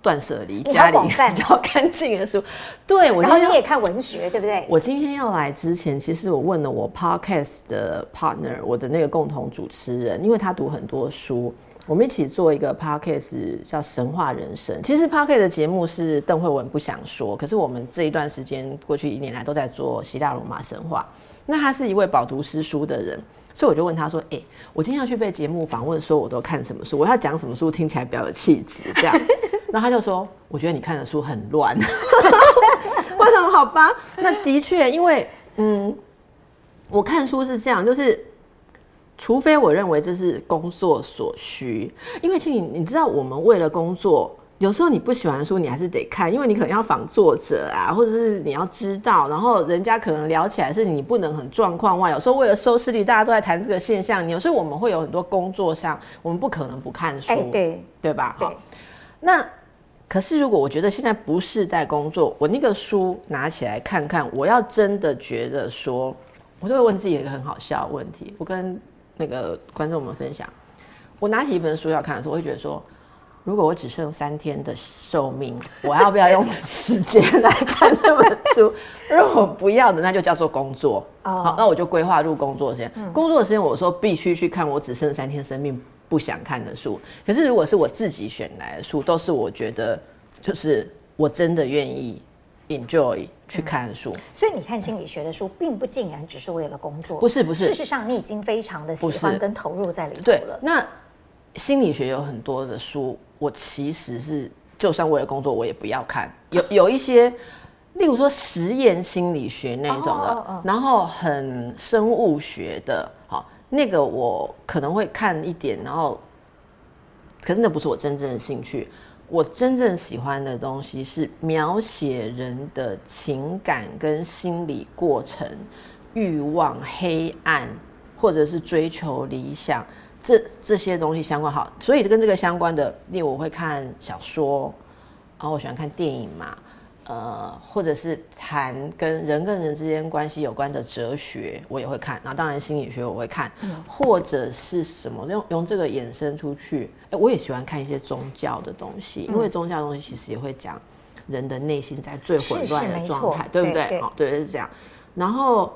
断舍离家里比较干净的书。对， 然后你也看文学，对不对？ 我今天要来之前，其实我问了我 podcast 的 partner， 我的那个共同主持人，因为他读很多书，我们一起做一个 podcast 叫神话人生。其实 podcast 的节目是邓慧文不想说，可是我们这一段时间过去1年来都在做希腊罗马神话。那他是一位饱读诗书的人，所以我就问他说：“我今天要去被节目访问，说我都看什么书？我要讲什么书听起来比较有气质？”这样，然后他就说：“我觉得你看的书很乱。”为什么？好吧，那的确，因为我看书是这样，就是除非我认为这是工作所需，因为其实你知道，我们为了工作。有时候你不喜欢的书，你还是得看，因为你可能要访作者啊，或者是你要知道，然后人家可能聊起来是你不能很状况外。有时候为了收视率，大家都在谈这个现象，有时候我们会有很多工作上，我们不可能不看书，对吧？ 对。 那可是如果我觉得现在不是在工作，我那个书拿起来看看，我要真的觉得说，我就会问自己一个很好笑的问题。我跟那个观众们分享，我拿起一本书要看的时候，我会觉得说。如果我只剩3天的寿命，我要不要用时间来看那本书？如果不要的，那就叫做工作。好，那我就规划入工作的时间。工作的时间，我说必须去看我只剩3天生命不想看的书。可是如果是我自己选来的书，都是我觉得就是我真的愿意 enjoy 去看的书。 所以你看心理学的书，并不尽然只是为了工作， 不是。 事实上，你已经非常的喜欢跟投入在里头了。 那心理学有很多的书。我其实是就算为了工作我也不要看，有一些例如说实验心理学那种的，然后很生物学的，那个我可能会看一点，然后可是那不是我真正的兴趣。我真正喜欢的东西是描写人的情感跟心理过程、欲望、黑暗，或者是追求理想。这些东西相关好，所以跟这个相关的，例如我会看小说，然后我喜欢看电影嘛，或者是谈跟人之间关系有关的哲学，我也会看。然后当然心理学我会看，或者是什么用这个衍生出去。我也喜欢看一些宗教的东西，因为宗教的东西其实也会讲人的内心在最混乱的状态，对不对？对，是这样。然后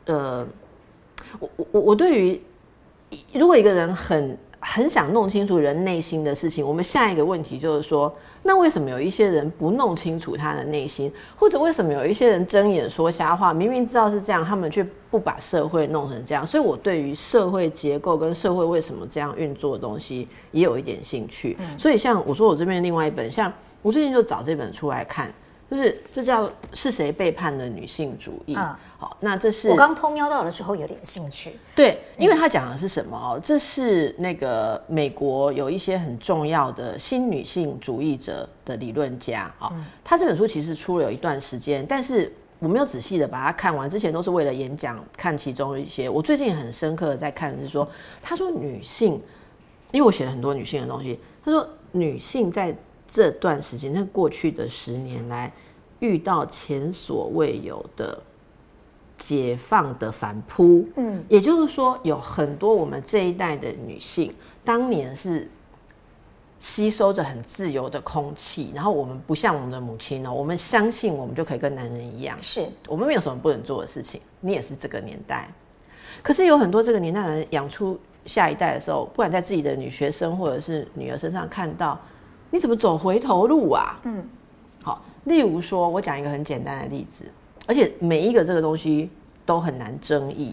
我对于。如果一个人很想弄清楚人内心的事情，我们下一个问题就是说，那为什么有一些人不弄清楚他的内心，或者为什么有一些人睁眼说瞎话，明明知道是这样，他们却不把社会弄成这样？所以我对于社会结构跟社会为什么这样运作的东西也有一点兴趣。所以像我说我这边另外一本，像我最近就找这本出来看，就是这叫是谁背叛了女性主义。好，那这是我刚偷瞄到的时候有点兴趣。 对，因为他讲的是什么？这是那个美国有一些很重要的新女性主义者的理论家他这本书其实出了有一段时间，但是我没有仔细的把它看完，之前都是为了演讲看其中一些。我最近很深刻的在看的是说，他说女性，因为我写了很多女性的东西，他说女性在这段时间，那过去的10年来，遇到前所未有的解放的反扑，也就是说，有很多我们这一代的女性，当年是吸收着很自由的空气，然后我们不像我们的母亲我们相信我们就可以跟男人一样， 是我们没有什么不能做的事情。你也是这个年代，可是有很多这个年代的人养出下一代的时候，不管在自己的女学生或者是女儿身上看到，你怎么走回头路啊？好，例如说，我讲一个很简单的例子。而且每一个这个东西都很难争议。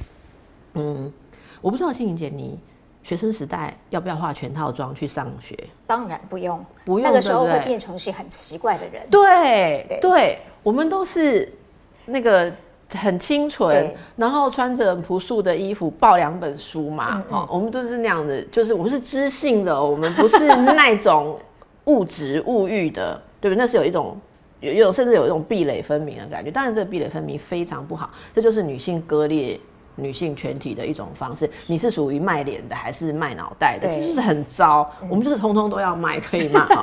我不知道庆玲姐，你学生时代要不要化全套装去上学？ 当然不用， 不用， 那个时候会变成是很奇怪的人。 对，我们都是那个很清纯，然后穿着朴素的衣服，抱2本书嘛。我们都是那样的，就是我们是知性的，我们不是那种物质物欲的，对不对？那是有一种甚至有一种壁垒分明的感觉。当然这个壁垒分明非常不好，这就是女性割裂女性全体的一种方式。你是属于卖脸的还是卖脑袋的？这就是很糟。我们就是通通都要卖，可以吗？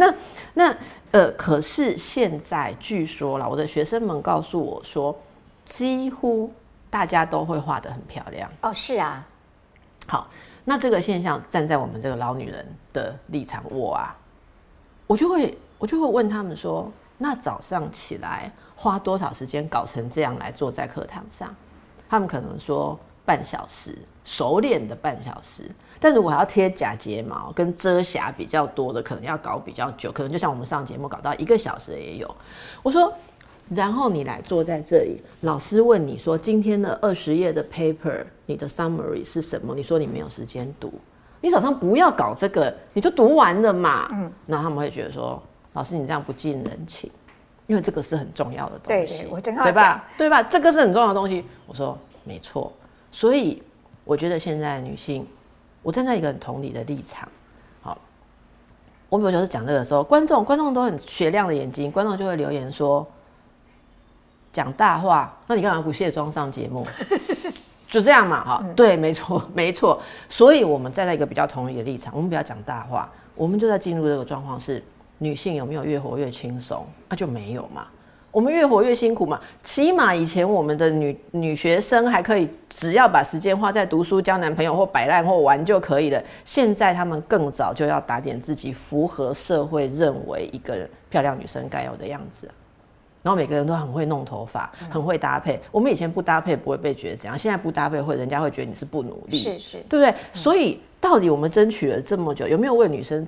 可是现在据说啦，我的学生们告诉我说，几乎大家都会画得很漂亮。 是啊。 好，那这个现象站在我们这个老女人的立场， 我就会问他们说，那早上起来花多少时间搞成这样来坐在课堂上？他们可能说半小时，熟练的半小时。但如果还要贴假睫毛跟遮瑕比较多的，可能要搞比较久，可能就像我们上节目搞到1个小时也有。我说，然后你来坐在这里，老师问你说今天的20页的 paper， 你的 summary 是什么？你说你没有时间读，你早上不要搞这个，你就读完了嘛。然后他们会觉得说，老师你这样不近人情，因为这个是很重要的东西， 对，我正要讲， 对吧？这个是很重要的东西。我说没错，所以我觉得现在的女性，我站在一个很同理的立场。好，我比如就是讲这个的时候，观众都很雪亮的眼睛，观众就会留言说，讲大话，那你干嘛不卸妆上节目？就这样嘛，哈，对，没错。所以我们站在一个比较同理的立场，我们不要讲大话，我们就在进入这个状况是，女性有没有越活越轻松？那就没有嘛。我们越活越辛苦嘛，起码以前我们的女学生还可以，只要把时间花在读书、交男朋友或摆烂或玩就可以了。现在他们更早就要打点自己，符合社会认为一个漂亮女生该有的样子。然后每个人都很会弄头发，很会搭配。我们以前不搭配不会被觉得怎样，现在不搭配人家会觉得你是不努力， 是， 对不对？所以到底我们争取了这么久，有没有为女生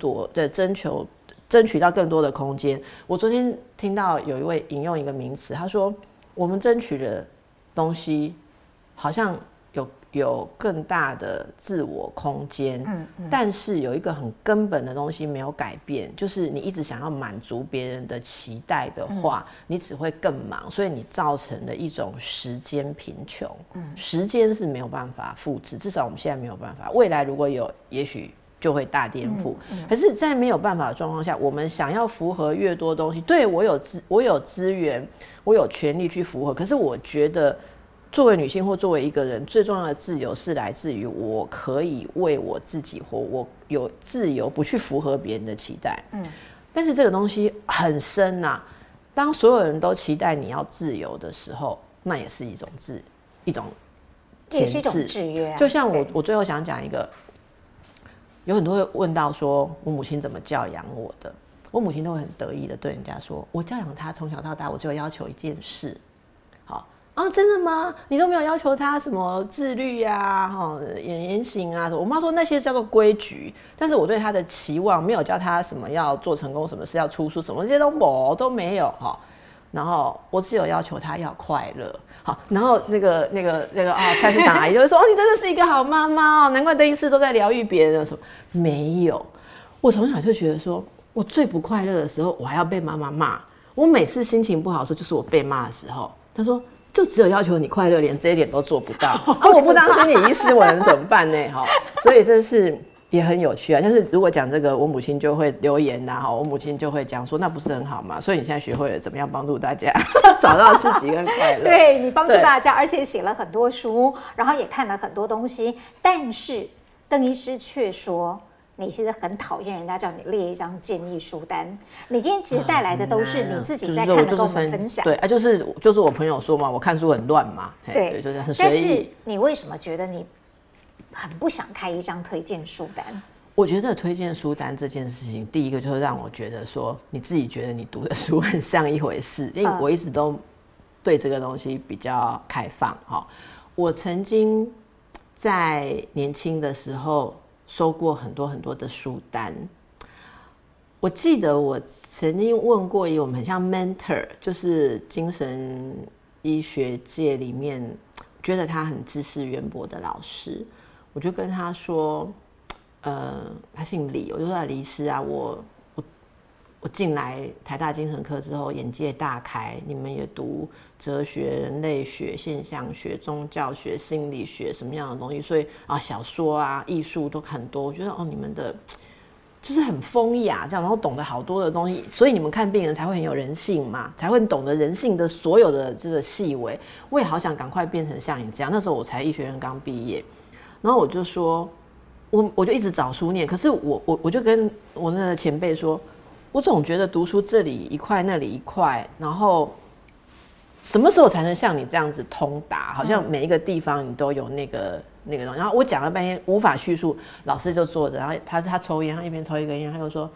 争取到更多的空间？我昨天听到有一位引用一个名词，他说我们争取的东西好像有更大的自我空间，但是有一个很根本的东西没有改变，就是你一直想要满足别人的期待的话，你只会更忙，所以你造成了一种时间贫穷。时间是没有办法复制，至少我们现在没有办法，未来如果有，也许就会大颠覆。可是在没有办法的状况下，我们想要符合越多东西，对，我有资源，我有权利去符合，可是我觉得作为女性或作为一个人，最重要的自由是来自于我可以为我自己活，我有自由不去符合别人的期待。但是这个东西很深啊，当所有人都期待你要自由的时候，那也是一种也是一种制约啊。 就像我最后想讲一个，有很多会问到说我母亲怎么教养我的，我母亲都会很得意的对人家说，我教养她从小到大，我就要求一件事。好啊，真的吗？你都没有要求她什么自律啊、言行啊？我妈说那些叫做规矩，但是我对她的期望没有教她什么要做成功，什么事要出书，什么这些都没有哈。然后我只有要求她要快乐。好，然后那个菜市场阿姨就会说，你真的是一个好妈妈哦，难怪邓医师都在疗愈别人什么。没有，我从小就觉得说，我最不快乐的时候，我还要被妈妈骂。我每次心情不好的时候，就是我被骂的时候。她说，就只有要求你快乐，连这一点都做不到啊！我不当心理医师，我能怎么办呢？所以这是也很有趣啊。但是如果讲这个，我母亲就会留言呐，我母亲就会讲说，那不是很好吗？所以你现在学会了怎么样帮助大家找到自己跟快乐。 对，你帮助大家，而且写了很多书，然后也看了很多东西，但是邓医师却说，你其实很讨厌人家叫你列一张建议书单。你今天其实带来的都是你自己在看的，跟我们分享。 对啊，就是我朋友说嘛，我看书很乱嘛。对，就是很随意。 但是你为什么觉得你很不想开一张推荐书单？ 我觉得推荐书单这件事情，第一个就是让我觉得说，你自己觉得你读的书很像一回事，因为我一直都对这个东西比较开放。我曾经在年轻的时候收过很多很多的书单。我记得我曾经问过一个我们很像 mentor， 就是精神医学界里面觉得他很知识渊博的老师，我就跟他说，他姓李，我就说李师啊，我进来台大精神科之后，眼界大开。你们也读哲学、人类学、现象学、宗教学、心理学什么样的东西，所以小说啊、艺术都很多。我觉得你们的就是很风雅，这样，然后懂得好多的东西，所以你们看病人才会很有人性嘛，才会懂得人性的所有的这个细微。我也好想赶快变成像你这样。那时候我才医学院刚毕业，然后我就说，我就一直找书念，可是我就跟我那个前辈说，我总觉得读书这里一块那里一块，然后什么时候才能像你这样子通达？好像每一个地方你都有那个东西。然后我讲了半天无法叙述，老师就坐着，然后他抽烟，他一边抽一根烟，他就说：“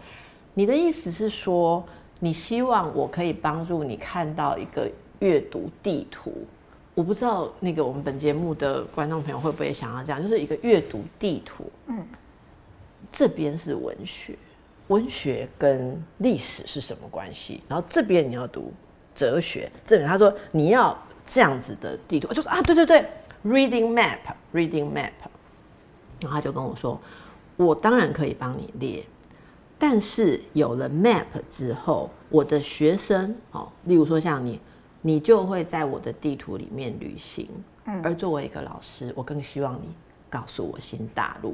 你的意思是说，你希望我可以帮助你看到一个阅读地图？我不知道那个我们本节目的观众朋友会不会想要这样，就是一个阅读地图。这边是文学，文学跟历史是什么关系？然后这边你要读哲学，这边他说你要这样子的地图，我就说啊，对对对 ，reading map。然后他就跟我说，我当然可以帮你列。但是有了 map 之后，我的学生，例如说像你就会在我的地图里面旅行。而作为一个老师，我更希望你告诉我新大陆。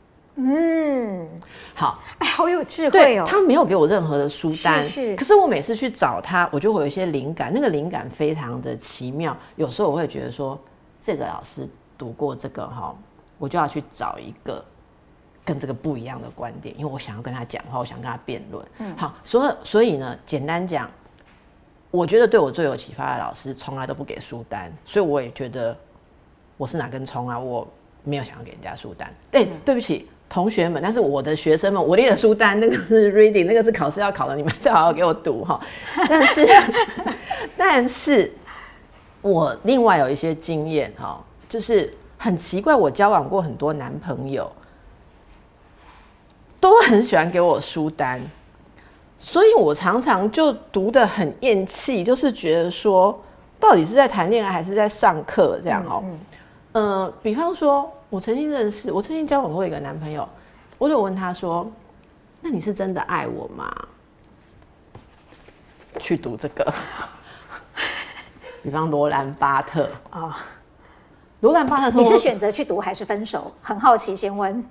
好， 好有智慧哦。 他没有给我任何的书单， 是。 可是我每次去找他，我就会有一些灵感，那个灵感非常的奇妙。有时候我会觉得说，这个老师读过这个我就要去找一个跟这个不一样的观点，因为我想要跟他讲话，我想跟他辩论。好，所以呢，简单讲，我觉得对我最有启发的老师从来都不给书单，所以我也觉得我是哪根葱啊，我没有想要给人家书单。对不起同学们，但是我的学生们，我列的书单那个是 reading， 那个是考试要考的，你们是好好给我读但是我另外有一些经验就是很奇怪，我交往过很多男朋友，都很喜欢给我书单，所以我常常就读得很厌气，就是觉得说，到底是在谈恋爱还是在上课这样比方说，我曾经交往过一个男朋友，我就问他说：“那你是真的爱我吗？”去读这个，比方罗兰巴特罗兰巴特说， 你是选择去读还是分手？很好奇，先问。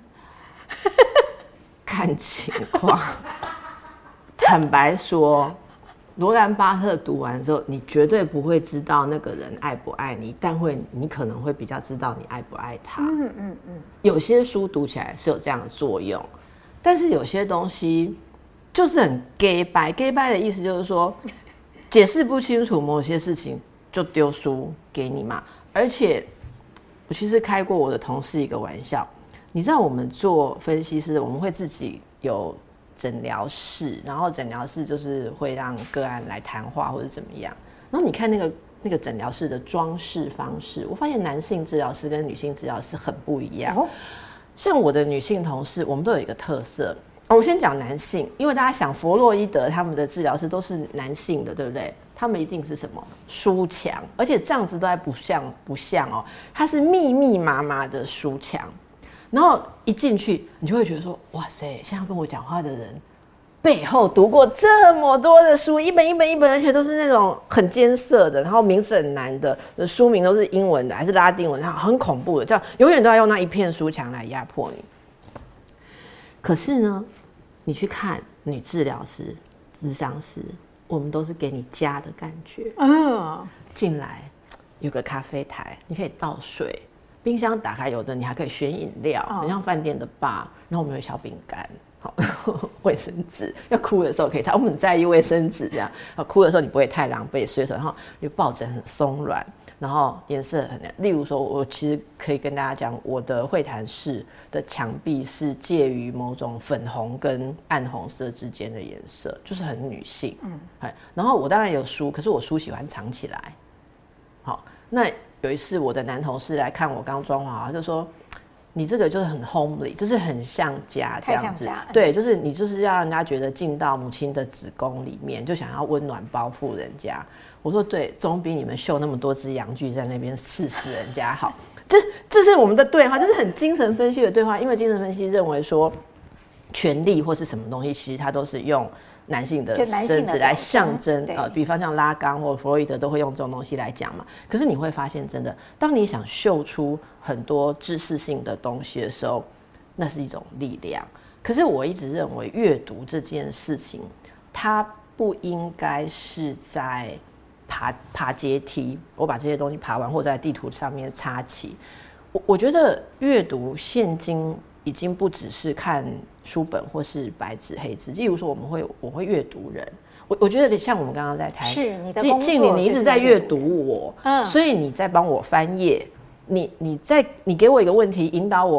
看情况。坦白说，罗兰巴特读完之后，你绝对不会知道那个人爱不爱你，但你可能会比较知道你爱不爱他。有些书读起来是有这样的作用，但是有些东西就是很 gay bye 的意思，就是说解释不清楚某些事情就丢书给你嘛。而且我其实开过我的同事一个玩笑，你知道我们做分析师，我们会自己有诊疗室，然后诊疗室就是会让个案来谈话或者怎么样。然后你看那个诊疗室的装饰方式，我发现男性治疗师跟女性治疗师很不一样。像我的女性同事，我们都有一个特色。我先讲男性，因为大家想弗洛伊德他们的治疗师都是男性的，对不对？他们一定是什么书墙，而且这样子都还不像它是密密麻麻的书墙。然后一进去，你就会觉得说，哇塞，现在跟我讲话的人背后读过这么多的书，一本，而且都是那种很艰涩的，然后名字很难的，书名都是英文的还是拉丁文，然后很恐怖的，这样永远都要用那一片书墙来压迫你。可是呢，你去看女治疗师、諮商师，我们都是给你家的感觉。进来有个咖啡台，你可以倒水。冰箱打开，有的你还可以选饮料，很像饭店的吧。然后我们有小饼干，卫生纸，要哭的时候可以擦。我们很在意卫生纸，这样哭的时候你不会太狼狈，所以说，然后你抱枕很松软，然后颜色很亮。例如说，我其实可以跟大家讲，我的会谈室的墙壁是介于某种粉红跟暗红色之间的颜色，就是很女性。然后我当然有书，可是我书喜欢藏起来。好，那有一次我的男同事来看我刚装潢好，他就说你这个就是很 homely， 就是很像家这样子。对，就是你就是要让人家觉得进到母亲的子宫里面，就想要温暖包覆人家。我说对，总比你们绣那么多只洋具在那边刺死人家好。这是我们的对话，这是很精神分析的对话。因为精神分析认为说，权力或是什么东西，其实它都是用男性的身子来象征，比方像拉冈或弗洛伊德都会用这种东西来讲嘛。可是你会发现，真的，当你想秀出很多知识性的东西的时候，那是一种力量。可是我一直认为，阅读这件事情，它不应该是在爬阶梯，我把这些东西爬完，或者在地图上面插旗。我觉得阅读现今已经不只是看书本或是白纸黑字，例如说我会阅读人，我觉得像我们刚刚在谈， 是你的工作， 你一直在阅读我，所以你在帮我翻页，你给我一个问题，引导我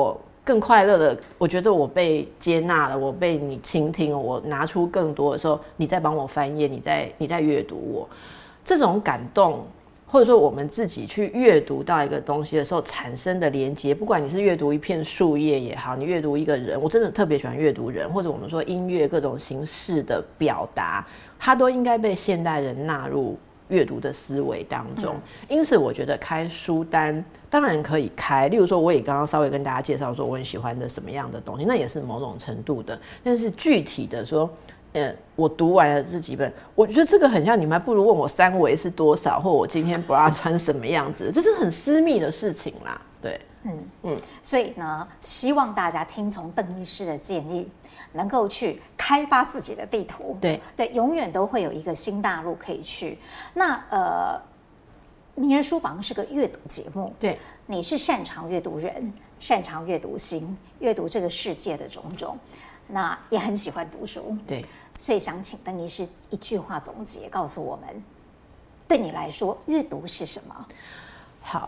更快乐的，我觉得我被接纳了，我被你倾听了，我拿出更多的时候，你在帮我翻页，你在阅读我，这种感动，或者说我们自己去阅读到一个东西的时候产生的连结，不管你是阅读一片树叶也好，你阅读一个人，我真的特别喜欢阅读人，或者我们说音乐各种形式的表达，它都应该被现代人纳入阅读的思维当中。因此我觉得开书单当然可以开，例如说我也刚刚稍微跟大家介绍说我很喜欢的什么样的东西，那也是某种程度的，但是具体的说我读完了这几本，我觉得这个很像你们还不如问我三围是多少，或我今天 bra 穿什么样子，就是很私密的事情啦。对， 所以呢，希望大家听从邓医师的建议，能够去开发自己的地图。 对， 永远都会有一个新大陆可以去。那名人书房是个阅读节目， 对， 你是擅长阅读人，擅长阅读心，阅读这个世界的种种，那也很喜欢读书。 对， 所以想请邓医师一句话总结，告诉我们，对你来说，阅读是什么？ 好，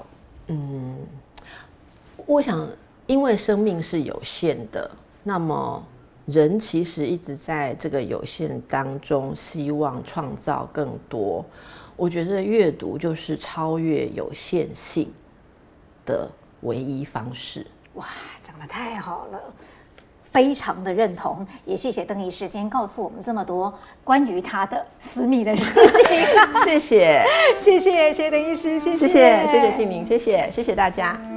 我想，因为生命是有限的，那么人其实一直在这个有限当中，希望创造更多。我觉得阅读就是超越有限性的唯一方式。 哇，讲得太好了，非常的认同。也谢谢邓医师今天告诉我们这么多关于他的私密的事情。 谢谢， 谢谢邓医师，谢谢谢谢庆玲，谢谢大家。